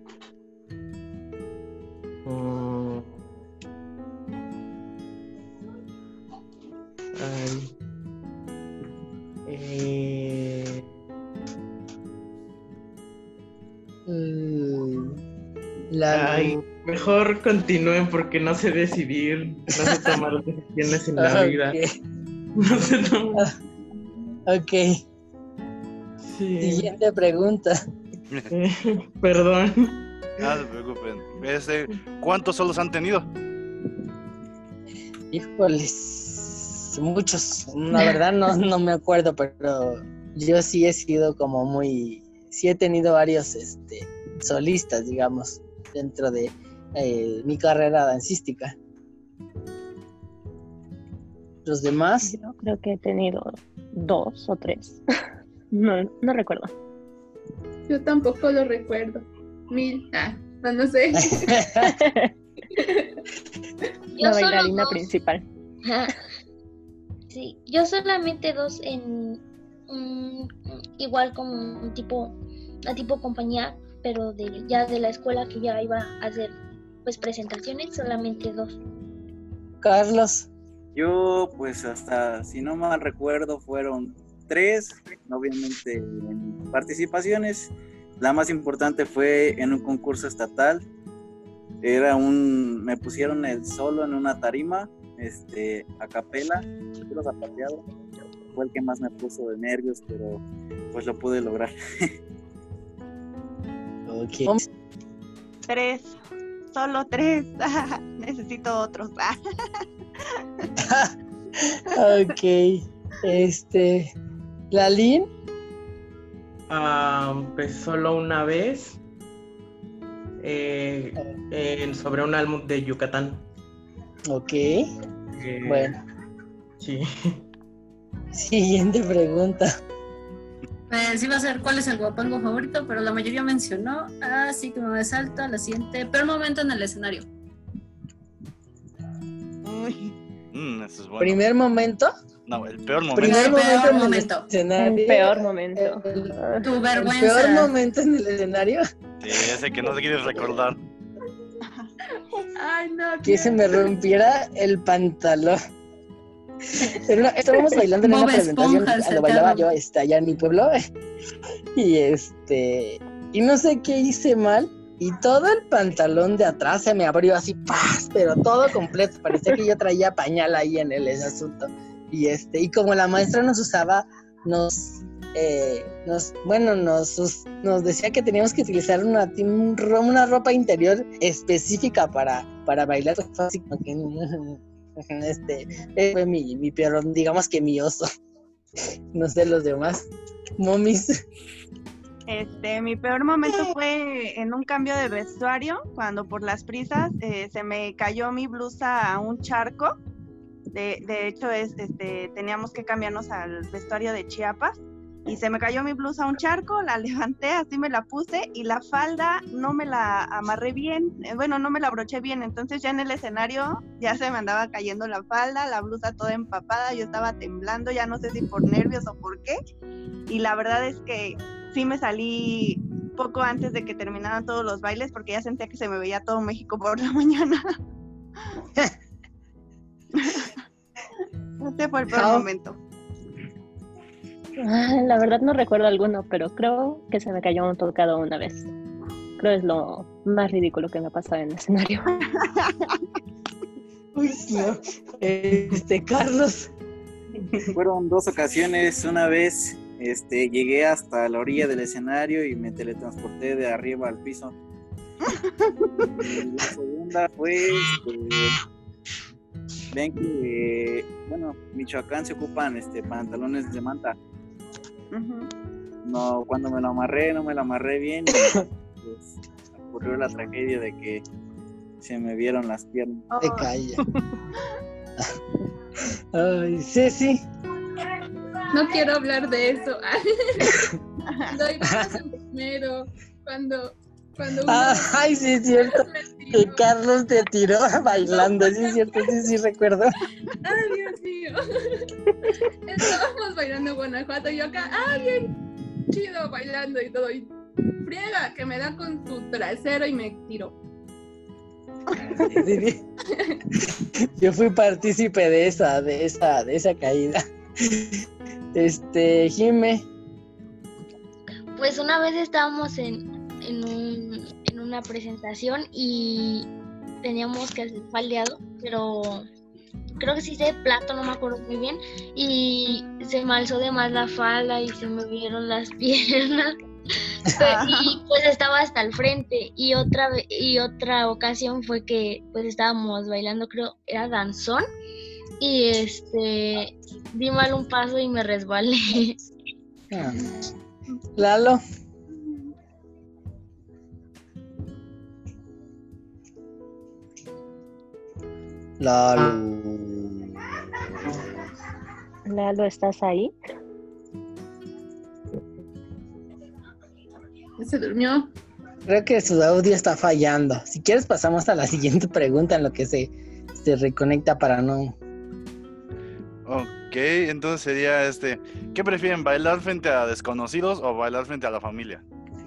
Ay, mejor continúen porque no sé decidir, no sé tomar decisiones en la vida. No sé tomar. Ok. Sí. Siguiente pregunta. Perdón. No se preocupen. ¿Cuántos solos han tenido? Híjoles, muchos. La verdad no me acuerdo, pero yo sí he sido como muy... Sí he tenido varios solistas, digamos, dentro de mi carrera dancística. ¿Los demás? Yo creo que he tenido 2 o 3. No recuerdo. Yo tampoco lo recuerdo. No sé. La bailarina principal. Sí, yo solamente 2 en igual como una tipo compañía, pero ya de la escuela que ya iba a hacer pues presentaciones, solamente 2. Carlos. Yo, pues hasta, si no mal recuerdo, fueron 3, obviamente en participaciones. La más importante fue en un concurso estatal. Me pusieron el solo en una tarima, a capela, los zapateado. Fue el que más me puso de nervios, pero pues lo pude lograr. Okay. 3, solo 3. Necesito otros. Ok. ¿Lalín? Pues solo una vez. Sobre un álbum de Yucatán. Ok. Bueno. Sí. Siguiente pregunta. Pues iba a ser cuál es el guapango favorito, pero la mayoría mencionó, así que me voy a salto a la siguiente. Peor momento en el escenario. Eso es bueno. ¿Primer momento? No, el peor momento. Primer momento en el momento. escenario. El peor momento. Tu vergüenza. ¿El peor momento en el escenario? Sí, ese que no te quieres recordar. Ay, no. Que se me rompiera el pantalón. Estábamos bailando en Bob una presentación, Esponja, lo bailaba yo allá en mi pueblo. Y y no sé qué hice mal. Y todo el pantalón de atrás se me abrió así, ¡paz! Pero todo completo. Parecía que yo traía pañal ahí en ese asunto. Y como la maestra nos usaba, nos decía que teníamos que utilizar una ropa interior específica para bailar. Fue así como que fue mi peor, digamos que mi oso. No sé los demás. Momis. Mi peor momento fue en un cambio de vestuario, cuando por las prisas se me cayó mi blusa a un charco. De hecho, teníamos que cambiarnos al vestuario de Chiapas y se me cayó mi blusa a un charco, la levanté, así me la puse y la falda no me la amarré bien, no me la abroché bien, entonces ya en el escenario ya se me andaba cayendo la falda, la blusa toda empapada, yo estaba temblando, ya no sé si por nervios o por qué, y la verdad es que sí me salí poco antes de que terminaran todos los bailes porque ya sentía que se me veía todo México por la mañana. Este fue el peor momento. La verdad no recuerdo alguno, pero creo que se me cayó un tocado una vez. Creo que es lo más ridículo que me ha pasado en el escenario. Uy, no. Carlos. Fueron 2 ocasiones. Una vez llegué hasta la orilla del escenario y me teletransporté de arriba al piso. Y la segunda fue ven que Michoacán se ocupan pantalones de manta. No, cuando me lo amarré, no me lo amarré bien y pues ocurrió la tragedia de que se me vieron las piernas. Te calla. Ay, sí. No quiero hablar de eso. Lo íbamos en primero, cuando ay, sí es cierto. Que Carlos te tiró bailando, sí es cierto, sí recuerdo. Ay, Dios mío. Estábamos bailando en Guanajuato y yo acá, bien chido bailando y todo. Y friega, que me da con tu trasero y me tiró. Sí. Yo fui partícipe de esa caída. Jime. Pues una vez estábamos en una presentación y teníamos que hacer faldeado, pero creo que sí de plato, no me acuerdo muy bien, y se me alzó de más la falda y se me vieron las piernas. Y pues estaba hasta el frente y otra ocasión fue que pues estábamos bailando, creo era danzón, y di mal un paso y me resbalé. Lalo. Lalo, ¿estás ahí? Se durmió. Creo que su audio está fallando. Si quieres pasamos a la siguiente pregunta en lo que se reconecta para no... Ok, entonces sería ¿qué prefieren, bailar frente a desconocidos o bailar frente a la familia?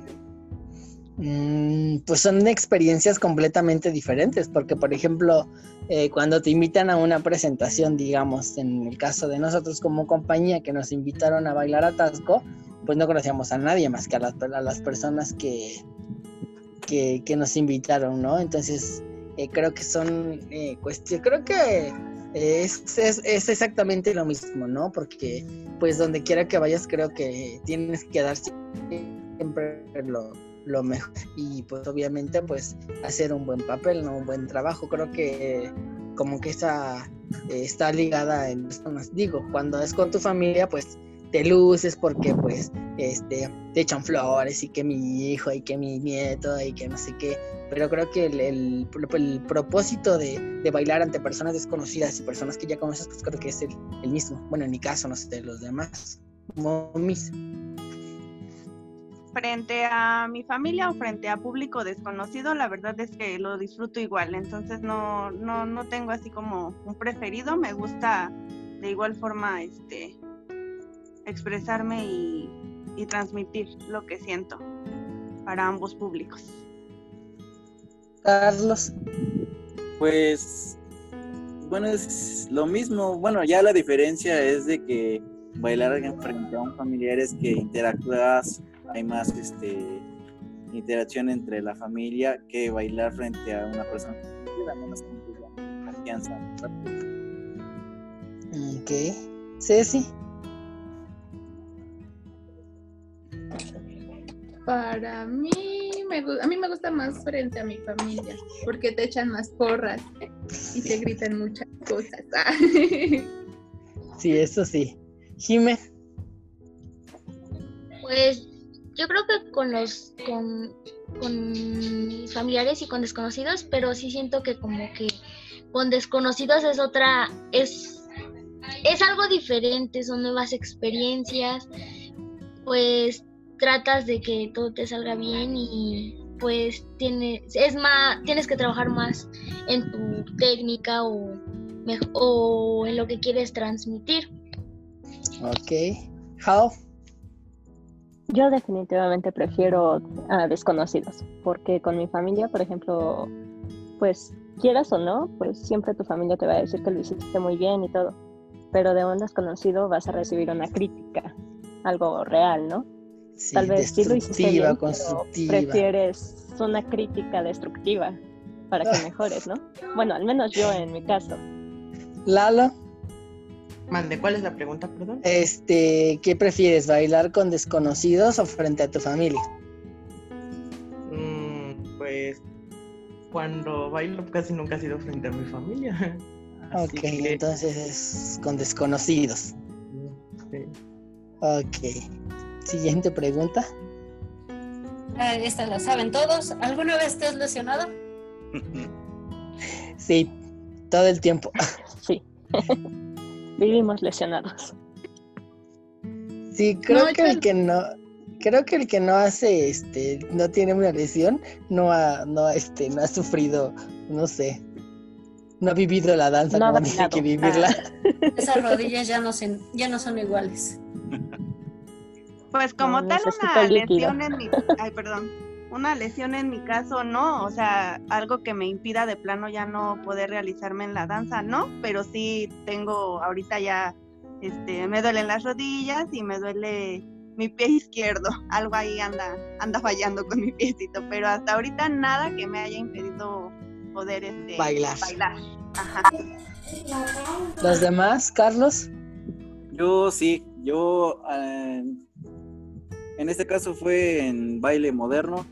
Pues son experiencias completamente diferentes, porque por ejemplo, cuando te invitan a una presentación, digamos, en el caso de nosotros como compañía que nos invitaron a bailar a Tasco, pues no conocíamos a nadie más que a las personas que nos invitaron, ¿no? Entonces, creo que son cuestiones, creo que es exactamente lo mismo, ¿no? Porque pues donde quiera que vayas creo que tienes que dar siempre lo mejor y pues obviamente pues hacer un buen papel, ¿no? Un buen trabajo. Creo que como que esa está ligada en personas. Digo, cuando es con tu familia pues te luces porque pues te echan flores y que mi hijo y que mi nieto y que no sé qué, pero creo que el propósito de bailar ante personas desconocidas y personas que ya conoces pues creo que es el mismo. Bueno, en mi caso, no sé de los demás. Momis. Frente a mi familia o frente a público desconocido, la verdad es que lo disfruto igual, entonces no tengo así como un preferido. Me gusta de igual forma expresarme y transmitir lo que siento para ambos públicos. Carlos. Pues bueno, es lo mismo. Bueno, ya la diferencia es de que bailar frente a un familiar es que interactúas, hay más interacción entre la familia que bailar frente a una persona que da menos confianza. Ok. Ceci. Para mí, a mí me gusta más frente a mi familia, porque te echan más porras y te gritan muchas cosas. Sí, eso sí. Jime. Pues yo creo que con mis familiares y con desconocidos, pero sí siento que como que con desconocidos es algo diferente, son nuevas experiencias, pues tratas de que todo te salga bien y pues tienes que trabajar más en tu técnica o en lo que quieres transmitir. Ok. How? Yo definitivamente prefiero a desconocidos, porque con mi familia, por ejemplo, pues quieras o no, pues siempre tu familia te va a decir que lo hiciste muy bien y todo, pero de un desconocido vas a recibir una crítica, algo real, ¿no? Sí, tal vez sí lo hiciste bien, constructiva. pero prefieres una crítica destructiva para que mejores, ¿no? Bueno, al menos yo en mi caso. Lalo. Mande, ¿cuál es la pregunta, perdón? ¿Qué prefieres, bailar con desconocidos o frente a tu familia? Pues cuando bailo casi nunca ha sido frente a mi familia. Ok, entonces es con desconocidos. Sí. Ok. Siguiente pregunta. Esta la saben todos. ¿Alguna vez te has lesionado? Sí, todo el tiempo. Sí. Vivimos lesionados. Sí, creo que el que no hace, no tiene una lesión, no ha sufrido, no sé, no ha vivido la danza como tiene que vivirla. Esas rodillas ya no son iguales. Pues como tal una lesión en mi caso no, o sea, algo que me impida de plano ya no poder realizarme en la danza, no, pero sí tengo ahorita ya, me duelen las rodillas y me duele mi pie izquierdo, algo ahí anda fallando con mi piecito, pero hasta ahorita nada que me haya impedido poder bailar. Ajá. ¿Los demás, Carlos? Yo en este caso fue en baile moderno.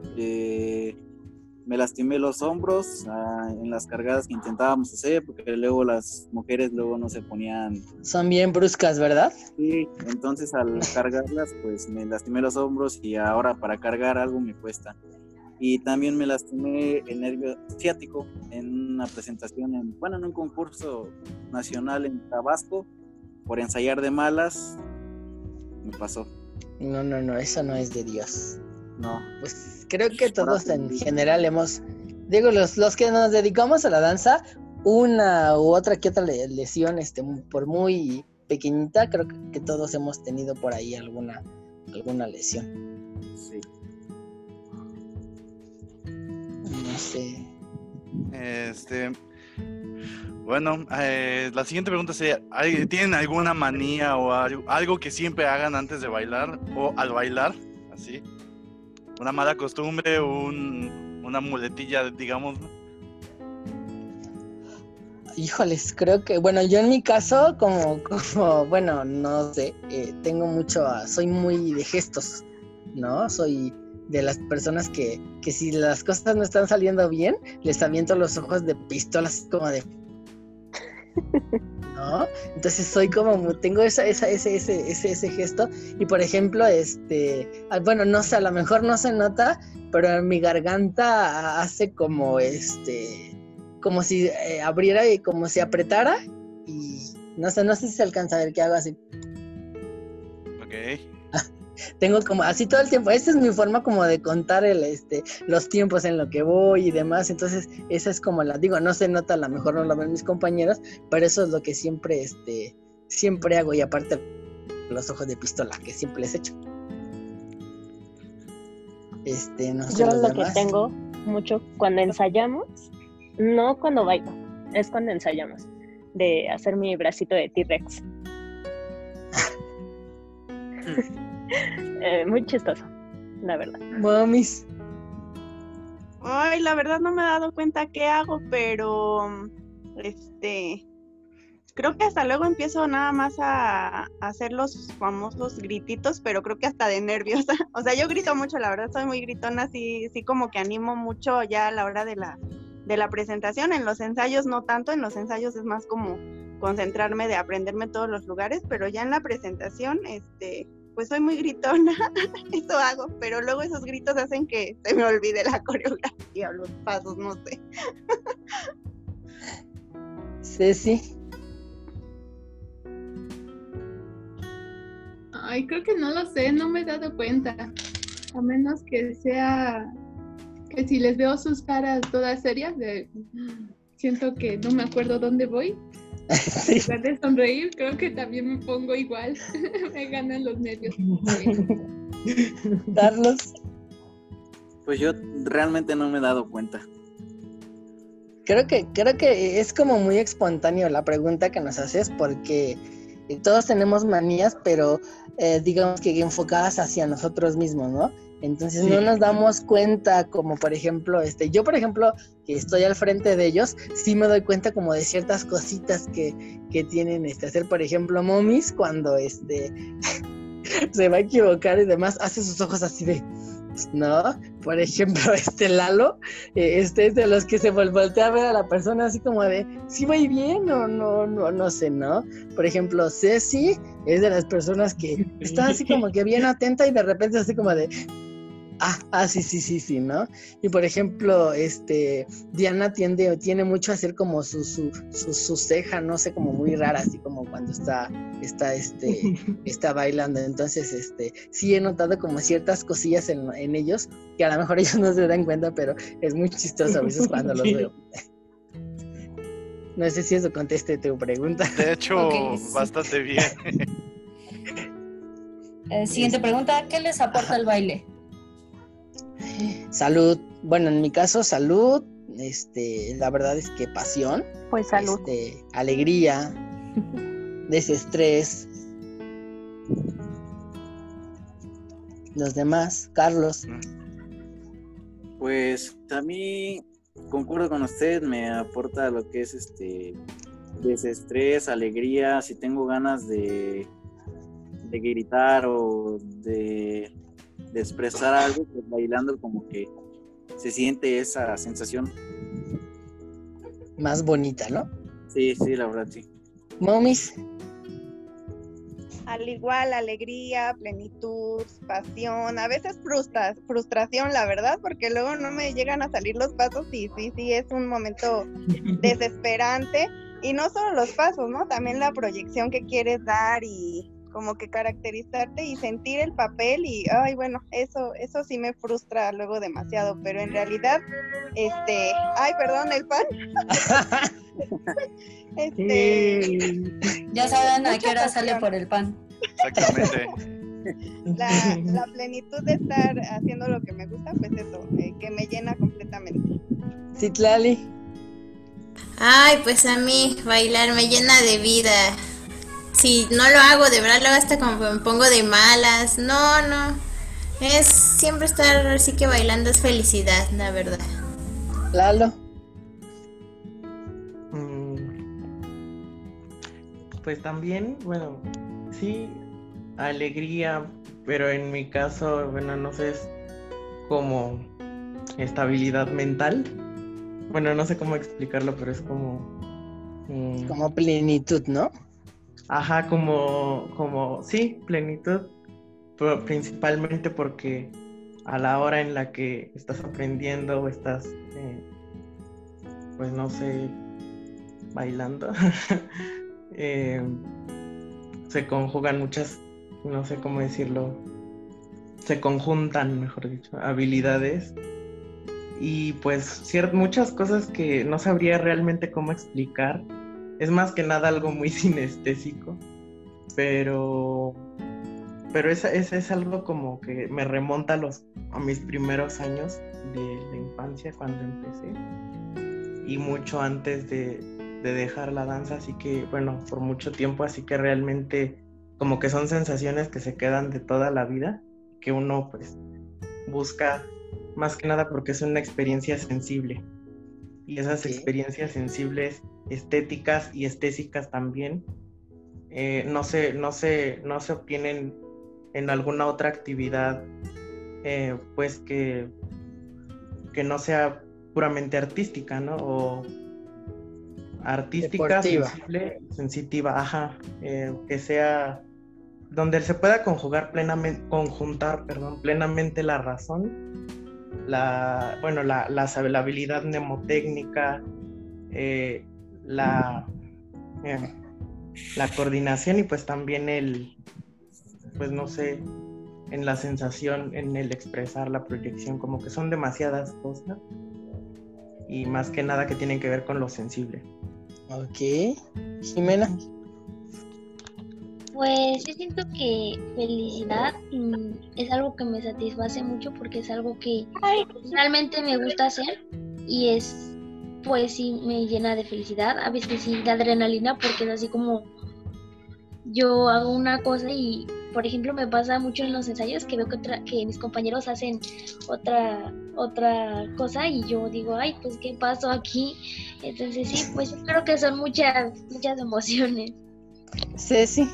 Me lastimé los hombros en las cargadas que intentábamos hacer, porque luego las mujeres no se ponían... Son bien bruscas, ¿verdad? Sí, entonces al cargarlas pues me lastimé los hombros y ahora para cargar algo me cuesta. Y también me lastimé el nervio ciático en una presentación en un concurso nacional en Tabasco, por ensayar de malas, me pasó. No, eso no es de Dios. No. Pues creo que todos en general hemos, digo, los que nos dedicamos a la danza, una u otra que otra lesión, por muy pequeñita, creo que todos hemos tenido por ahí alguna lesión. Sí. No sé. Bueno, la siguiente pregunta sería, ¿tienen alguna manía o algo que siempre hagan antes de bailar o al bailar? Así. Una mala costumbre, una muletilla, digamos. Híjoles, creo que, bueno, yo en mi caso, como bueno, no sé, soy muy de gestos, ¿no? Soy de las personas que si las cosas no están saliendo bien, les aviento los ojos de pistola, así como de... ¿no? Entonces soy tengo ese gesto, y por ejemplo, bueno, no sé, a lo mejor no se nota, pero mi garganta hace como como si abriera y como si apretara, y no sé si se alcanza a ver qué hago así. Ok. Tengo como así todo el tiempo. Esta es mi forma como de contar los tiempos en lo que voy y demás. Entonces, esa es como digo, no se nota, a lo mejor no lo ven mis compañeros, pero eso es lo que siempre hago, y aparte los ojos de pistola que siempre les echo. No sé. Yo los lo demás. que tengo mucho cuando ensayamos, no cuando bailo, es cuando ensayamos, de hacer mi bracito de T-Rex. Muy chistoso, la verdad. Mamis. Ay, la verdad no me he dado cuenta qué hago, pero creo que hasta luego empiezo nada más a hacer los famosos grititos, pero creo que hasta de nervios. O sea, yo grito mucho, la verdad, soy muy gritona, sí como que animo mucho ya a la hora de la presentación. En los ensayos no tanto, en los ensayos es más como concentrarme de aprenderme todos los lugares, pero ya en la presentación, pues soy muy gritona, eso hago, pero luego esos gritos hacen que se me olvide la coreografía o los pasos, no sé. Ceci. Ay, creo que no lo sé, no me he dado cuenta. A menos que sea que si les veo sus caras todas serias, siento que no me acuerdo dónde voy. Sí. En lugar de sonreír, creo que también me pongo igual. Me ganan los nervios. Carlos. Pues yo realmente no me he dado cuenta. Creo que es como muy espontáneo la pregunta que nos haces, porque todos tenemos manías, pero digamos que enfocadas hacia nosotros mismos, ¿no? Entonces sí. No nos damos cuenta, como por ejemplo, yo por ejemplo, que estoy al frente de ellos, sí me doy cuenta como de ciertas cositas que tienen hacer, por ejemplo, Momis, cuando se va a equivocar y demás, hace sus ojos así de... ¿no? Por ejemplo, Lalo, es de los que se voltea a ver a la persona así como de, ¿sí voy bien o no sé, ¿no? Por ejemplo, Ceci es de las personas que está así como que bien atenta y de repente así como de, sí, ¿no? Y por ejemplo, Diana tiene mucho a hacer como su ceja, no sé, como muy rara, así como cuando está bailando. Entonces, sí he notado como ciertas cosillas en ellos, que a lo mejor ellos no se dan cuenta, pero es muy chistoso a veces cuando los veo. No sé si eso conteste tu pregunta. De hecho, okay, sí. Bastante bien. Siguiente pregunta, ¿qué les aporta el baile? Salud, bueno, en mi caso salud, la verdad es que pasión, pues salud, alegría, desestrés. Los demás, Carlos. Pues a mí concuerdo con usted, me aporta lo que es desestrés, alegría, si tengo ganas de gritar o de expresar algo, pues bailando como que se siente esa sensación más bonita, ¿no? Sí, la verdad, sí. Momis. Al igual, alegría, plenitud, pasión, a veces frustración, la verdad, porque luego no me llegan a salir los pasos y sí, es un momento desesperante, y no solo los pasos, ¿no? También la proyección que quieres dar y como que caracterizarte y sentir el papel y, ay, bueno, eso sí me frustra luego demasiado, pero en realidad, ay, perdón, el pan. Ya saben a qué hora sale por el pan. Exactamente. La plenitud de estar haciendo lo que me gusta, pues eso, que me llena completamente. Citlali. Ay, pues a mí bailar me llena de vida. Si no lo hago, de verdad luego hasta como me pongo de malas. No. Es siempre estar así que bailando es felicidad, la verdad. Lalo. Pues también, bueno, sí, alegría, pero en mi caso, bueno, no sé, es como estabilidad mental. Bueno, no sé cómo explicarlo, pero es como... Como plenitud, ¿no? Ajá, como, sí, plenitud, pero principalmente porque a la hora en la que estás aprendiendo o estás, pues no sé, bailando, se conjugan muchas, no sé cómo decirlo, se conjuntan, mejor dicho, habilidades y pues muchas cosas que no sabría realmente cómo explicar. Es más que nada algo muy sinestésico, pero es algo como que me remonta a mis primeros años de la infancia cuando empecé y mucho antes de dejar la danza, así que bueno, por mucho tiempo, así que realmente como que son sensaciones que se quedan de toda la vida, que uno pues busca más que nada porque es una experiencia sensible. Y esas experiencias sensibles, estéticas y estésicas también, no se obtienen en alguna otra actividad, pues que no sea puramente artística, ¿no? O artística, deportiva. sensible, sensitiva, ajá, que sea donde se pueda conjuntar plenamente la razón, la habilidad mnemotécnica, la coordinación y pues también pues no sé, en la sensación, en el expresar la proyección, como que son demasiadas cosas y más que nada que tienen que ver con lo sensible. Ok, Jimena. Pues yo siento que felicidad es algo que me satisface mucho porque es algo que realmente me gusta hacer y pues sí me llena de felicidad, a veces sí de adrenalina porque es así como yo hago una cosa y por ejemplo me pasa mucho en los ensayos que veo que mis compañeros hacen otra cosa y yo digo, ay, pues qué pasó aquí. Entonces sí, pues yo creo que son muchas emociones. Ceci.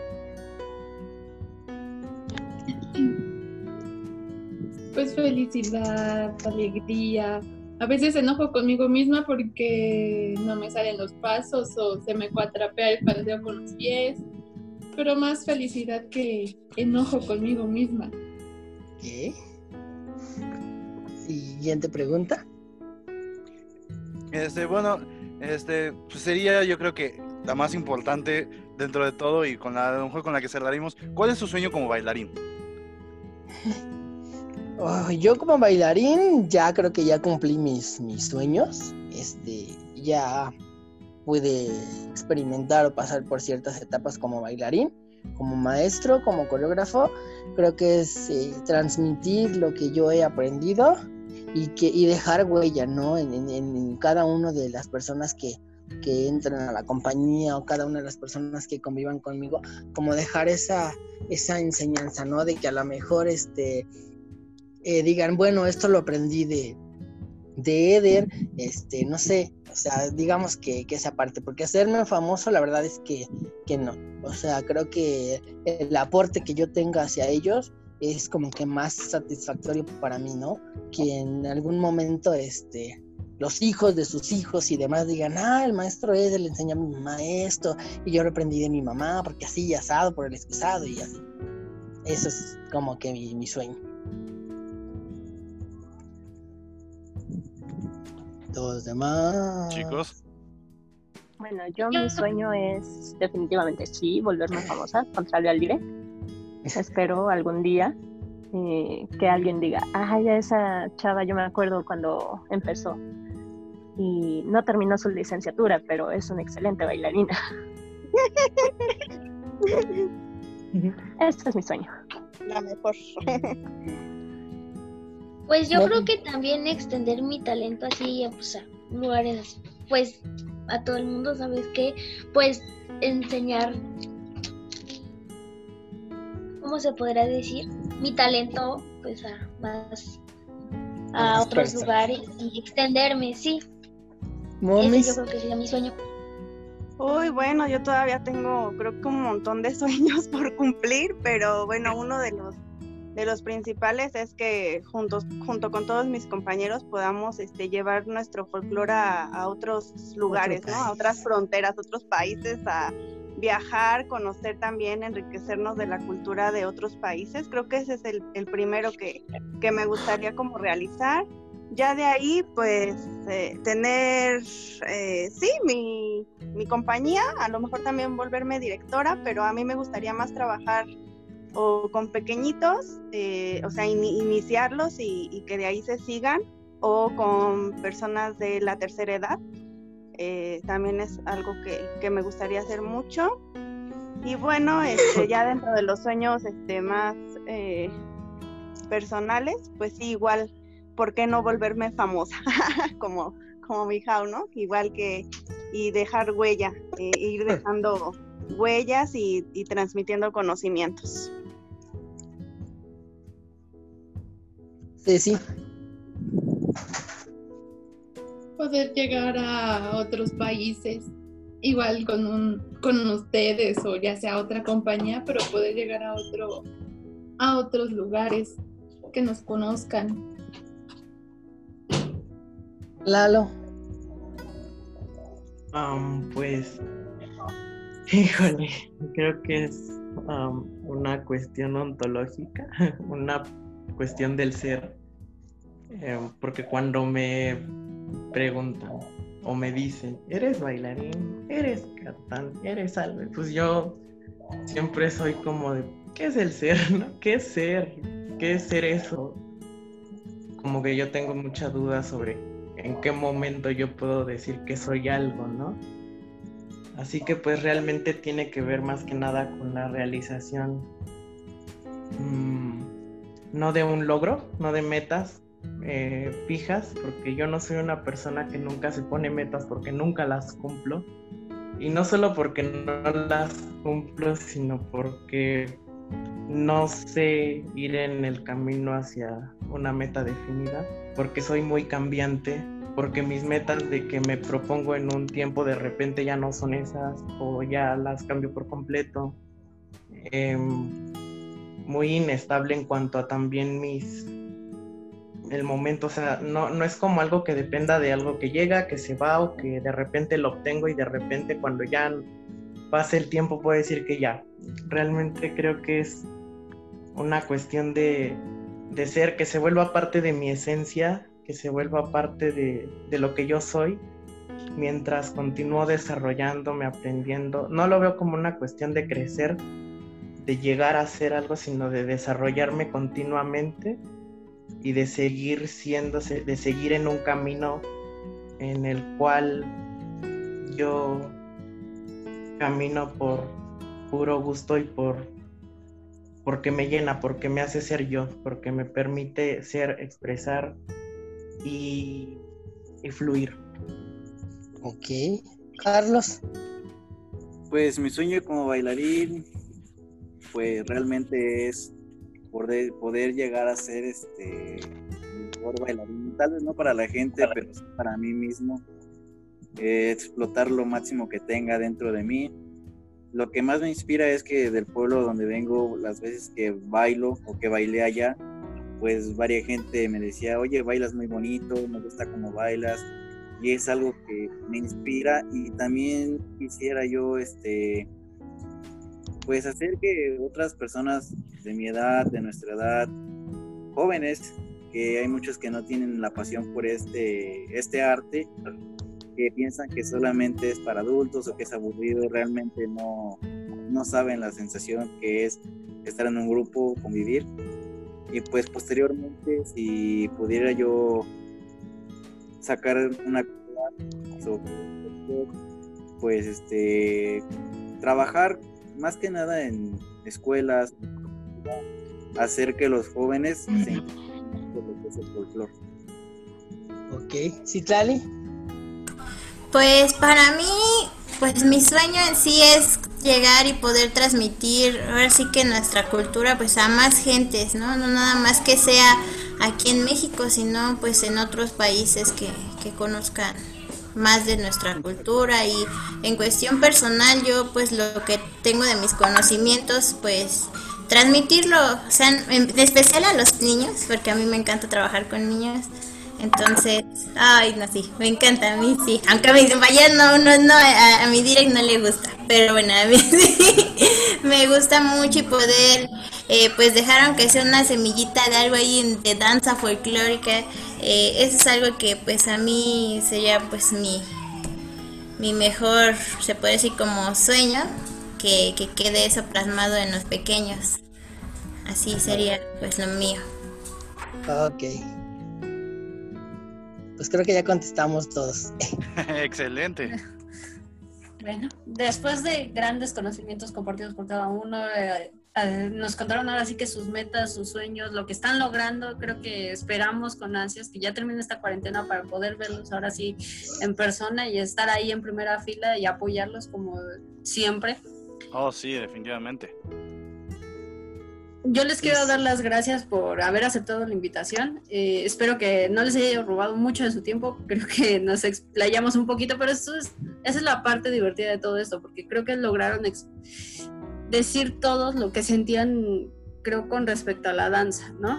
Pues felicidad, alegría. A veces enojo conmigo misma porque no me salen los pasos o se me cuatrapea el paseo con los pies. Pero más felicidad que enojo conmigo misma. ¿Qué? Siguiente pregunta. Pues sería, yo creo que la más importante dentro de todo y a lo mejor con la que cerraremos. ¿Cuál es su sueño como bailarín? Yo como bailarín ya creo que ya cumplí mis sueños. Ya pude experimentar o pasar por ciertas etapas como bailarín, como maestro, como coreógrafo. Creo que es transmitir lo que yo he aprendido y dejar huella, ¿no? En cada una de las personas que entran a la compañía o cada una de las personas que convivan conmigo, como dejar esa enseñanza, ¿no? De que a lo mejor digan, bueno, esto lo aprendí de Eder, no sé, o sea, digamos que esa parte, porque hacerme famoso la verdad es que no, o sea, creo que el aporte que yo tenga hacia ellos es como que más satisfactorio para mí, ¿no? Que en algún momento, los hijos de sus hijos y demás digan, el maestro Eder le enseñó a mi maestro y yo lo aprendí de mi mamá, porque así y asado, por el excusado y así. Eso es como que mi sueño. Los demás. Chicos. Bueno, mi sueño es definitivamente sí, volverme famosa, contrario al direct. Espero algún día que alguien diga, ya esa chava, yo me acuerdo cuando empezó y no terminó su licenciatura, pero es una excelente bailarina. Este es mi sueño. La mejor. Pues yo creo que también extender mi talento así, pues, a lugares, pues a todo el mundo, ¿sabes qué? Pues enseñar, ¿cómo se podrá decir? Mi talento, pues a otros lugares y extenderme, sí. Momis. Ese yo creo que sería mi sueño. Uy, bueno, yo todavía tengo, creo que un montón de sueños por cumplir, pero bueno, uno de los principales es que junto con todos mis compañeros podamos llevar nuestro folclore a otros lugares, ¿no? A otras fronteras, otros países, a viajar, conocer también, enriquecernos de la cultura de otros países. Creo que ese es el primero que me gustaría como realizar. Ya de ahí, pues, tener, mi compañía, a lo mejor también volverme directora, pero a mí me gustaría más trabajar o con pequeñitos, o sea, iniciarlos y que de ahí se sigan, o con personas de la tercera edad. También es algo que me gustaría hacer mucho. Y bueno, ya dentro de los sueños más personales, pues sí, igual, ¿por qué no volverme famosa? como mi Jau, ¿no? Igual que, y dejar huella, ir dejando huellas y transmitiendo conocimientos. Sí. Poder llegar a otros países, igual con ustedes o ya sea otra compañía, pero poder llegar a otros lugares que nos conozcan. Lalo. Pues, híjole, creo que es una cuestión ontológica, una cuestión del ser, porque cuando me preguntan o me dicen, ¿eres bailarín? ¿Eres cantante? ¿Eres algo? Pues yo siempre soy como de, ¿qué es el ser? ¿No? ¿Qué es ser? ¿Qué es ser eso? Como que yo tengo mucha duda sobre en qué momento yo puedo decir que soy algo, ¿no? Así que pues realmente tiene que ver más que nada con la realización, no de un logro, no de metas fijas, porque yo no soy una persona que nunca se pone metas porque nunca las cumplo. Y no solo porque no las cumplo, sino porque no sé ir en el camino hacia una meta definida, porque soy muy cambiante, porque mis metas de que me propongo en un tiempo de repente ya no son esas o ya las cambio por completo. Muy inestable en cuanto a también el momento, o sea, no es como algo que dependa de algo que llega, que se va o que de repente lo obtengo y de repente cuando ya pase el tiempo puedo decir que ya. Realmente creo que es una cuestión de ser, que se vuelva parte de mi esencia, que se vuelva parte de lo que yo soy, mientras continúo desarrollándome, aprendiendo. No lo veo como una cuestión de crecer, de llegar a ser algo, sino de desarrollarme continuamente y de seguir de seguir en un camino en el cual yo camino por puro gusto y porque me llena, porque me hace ser yo, porque me permite ser, expresar y fluir. Ok. Carlos. Pues mi sueño como bailarín, pues realmente es poder llegar a ser mejor bailarín, tal vez no para la gente, pero sí para mí mismo, explotar lo máximo que tenga dentro de mí. Lo que más me inspira es que del pueblo donde vengo, las veces que bailo o que bailé allá, pues varias gente me decía, oye, bailas muy bonito, me gusta cómo bailas, y es algo que me inspira. Y también quisiera yo pues hacer que otras personas de mi edad, de nuestra edad, jóvenes, que hay muchos que no tienen la pasión por este arte, que piensan que solamente es para adultos o que es aburrido, realmente no saben la sensación que es estar en un grupo, convivir. Y pues posteriormente, si pudiera yo sacar una pues trabajar más que nada en escuelas, hacer que los jóvenes se interesen por lo que es el folclore. Ok, Citlali. Pues para mí, pues mi sueño en sí es llegar y poder transmitir ahora sí que nuestra cultura pues a más gentes, ¿no? No nada más que sea aquí en México, sino pues en otros países que conozcan más de nuestra cultura. Y en cuestión personal, yo pues lo que tengo de mis conocimientos, pues transmitirlo, o sea, en especial a los niños, porque a mí me encanta trabajar con niños. Entonces, ay, no, sí, me encanta, a mí sí. Aunque a mis compañeros a mi direct no le gusta. Pero bueno, a mí sí me gusta mucho y poder, pues dejar aunque sea una semillita de algo ahí de danza folclórica. Eso es algo que pues a mí sería pues mi mejor, se puede decir como sueño, que quede eso plasmado en los pequeños. Así sería pues lo mío. Ok. Pues creo que ya contestamos todos. Excelente. Bueno, después de grandes conocimientos compartidos por cada uno, nos contaron ahora sí que sus metas, sus sueños, lo que están logrando. Creo que esperamos con ansias que ya termine esta cuarentena para poder verlos ahora sí en persona y estar ahí en primera fila y apoyarlos como siempre. Oh, sí, definitivamente. Yo les quiero dar las gracias por haber aceptado la invitación. Espero que no les haya robado mucho de su tiempo. Creo que nos explayamos un poquito, pero esa es la parte divertida de todo esto, porque creo que lograron decir todos lo que sentían, creo, con respecto a la danza, ¿no?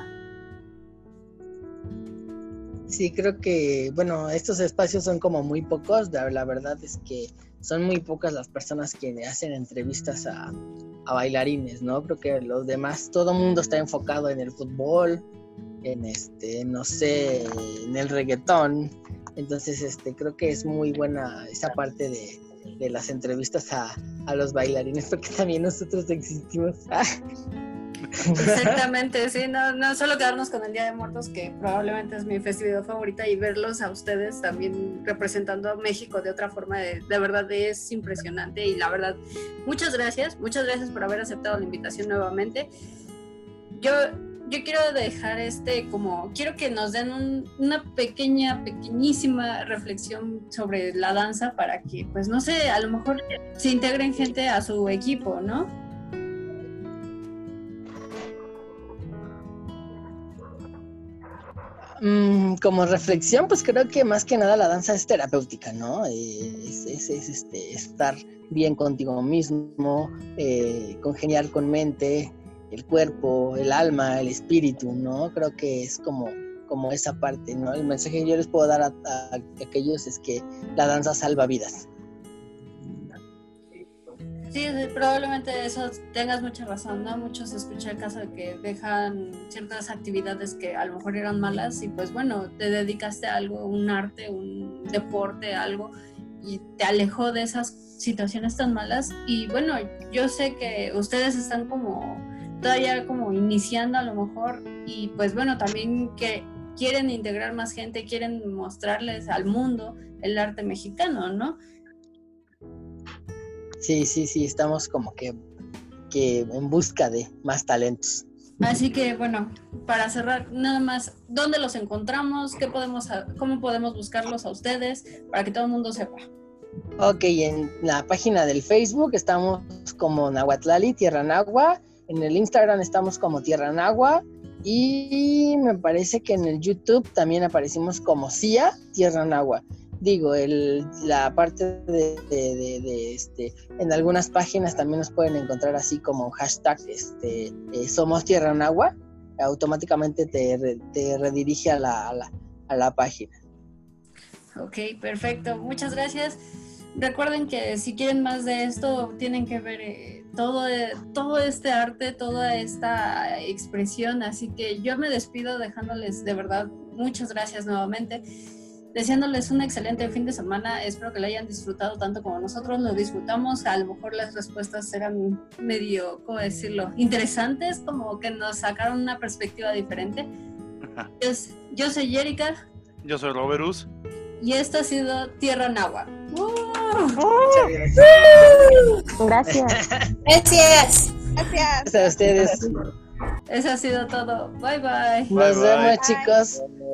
Sí, creo que, bueno, estos espacios son como muy pocos. La verdad es que son muy pocas las personas que hacen entrevistas a bailarines, ¿no? Creo que los demás, todo el mundo está enfocado en el fútbol, no sé, en el reggaetón. Entonces, creo que es muy buena esa parte de las entrevistas a los bailarines, porque también nosotros existimos. Exactamente, sí, no solo quedarnos con el Día de Muertos, que probablemente es mi festividad favorita, y verlos a ustedes también representando a México de otra forma, de verdad es impresionante. Y la verdad, muchas gracias por haber aceptado la invitación nuevamente. Yo quiero dejar quiero que nos den una pequeñísima reflexión sobre la danza, para que, pues no sé, a lo mejor se integren gente a su equipo, ¿no? Como reflexión, pues creo que más que nada la danza es terapéutica, ¿no? Es estar bien contigo mismo, congeniar con mente, el cuerpo, el alma, el espíritu, ¿no? Creo que es como esa parte, ¿no? El mensaje que yo les puedo dar a aquellos es que la danza salva vidas. Sí, probablemente eso tengas mucha razón, ¿no? Muchos escuché el caso de que dejan ciertas actividades que a lo mejor eran malas y pues bueno, te dedicaste a algo, un arte, un deporte, algo, y te alejó de esas situaciones tan malas. Y bueno, yo sé que ustedes están todavía iniciando a lo mejor, y pues bueno, también que quieren integrar más gente, quieren mostrarles al mundo el arte mexicano, ¿no? Sí, estamos como que en busca de más talentos. Así que bueno, para cerrar, nada más, ¿dónde los encontramos? ¿Cómo podemos buscarlos a ustedes para que todo el mundo sepa? Ok, en la página del Facebook estamos como Nahuatlali, Tierra Nahua. En el Instagram estamos como Tierra Nahua. Y me parece que en el YouTube también aparecimos como CIA, Tierra Nahua. Digo, la parte en algunas páginas también nos pueden encontrar así como hashtag Somos Tierra Nahua. Automáticamente te redirige a la página. Ok, perfecto. Muchas gracias. Recuerden que si quieren más de esto, tienen que ver todo este arte, toda esta expresión. Así que yo me despido dejándoles de verdad muchas gracias nuevamente. deseándoles un excelente fin de semana. Espero que lo hayan disfrutado tanto como nosotros lo disfrutamos. A lo mejor las respuestas eran medio, ¿cómo decirlo?, interesantes, como que nos sacaron una perspectiva diferente. Yo soy Yerika. Yo soy Roberus. Y esto ha sido Tierra Náhuatl. Gracias. Gracias. Gracias a ustedes. Eso ha sido todo. Bye bye. Nos vemos, chicos.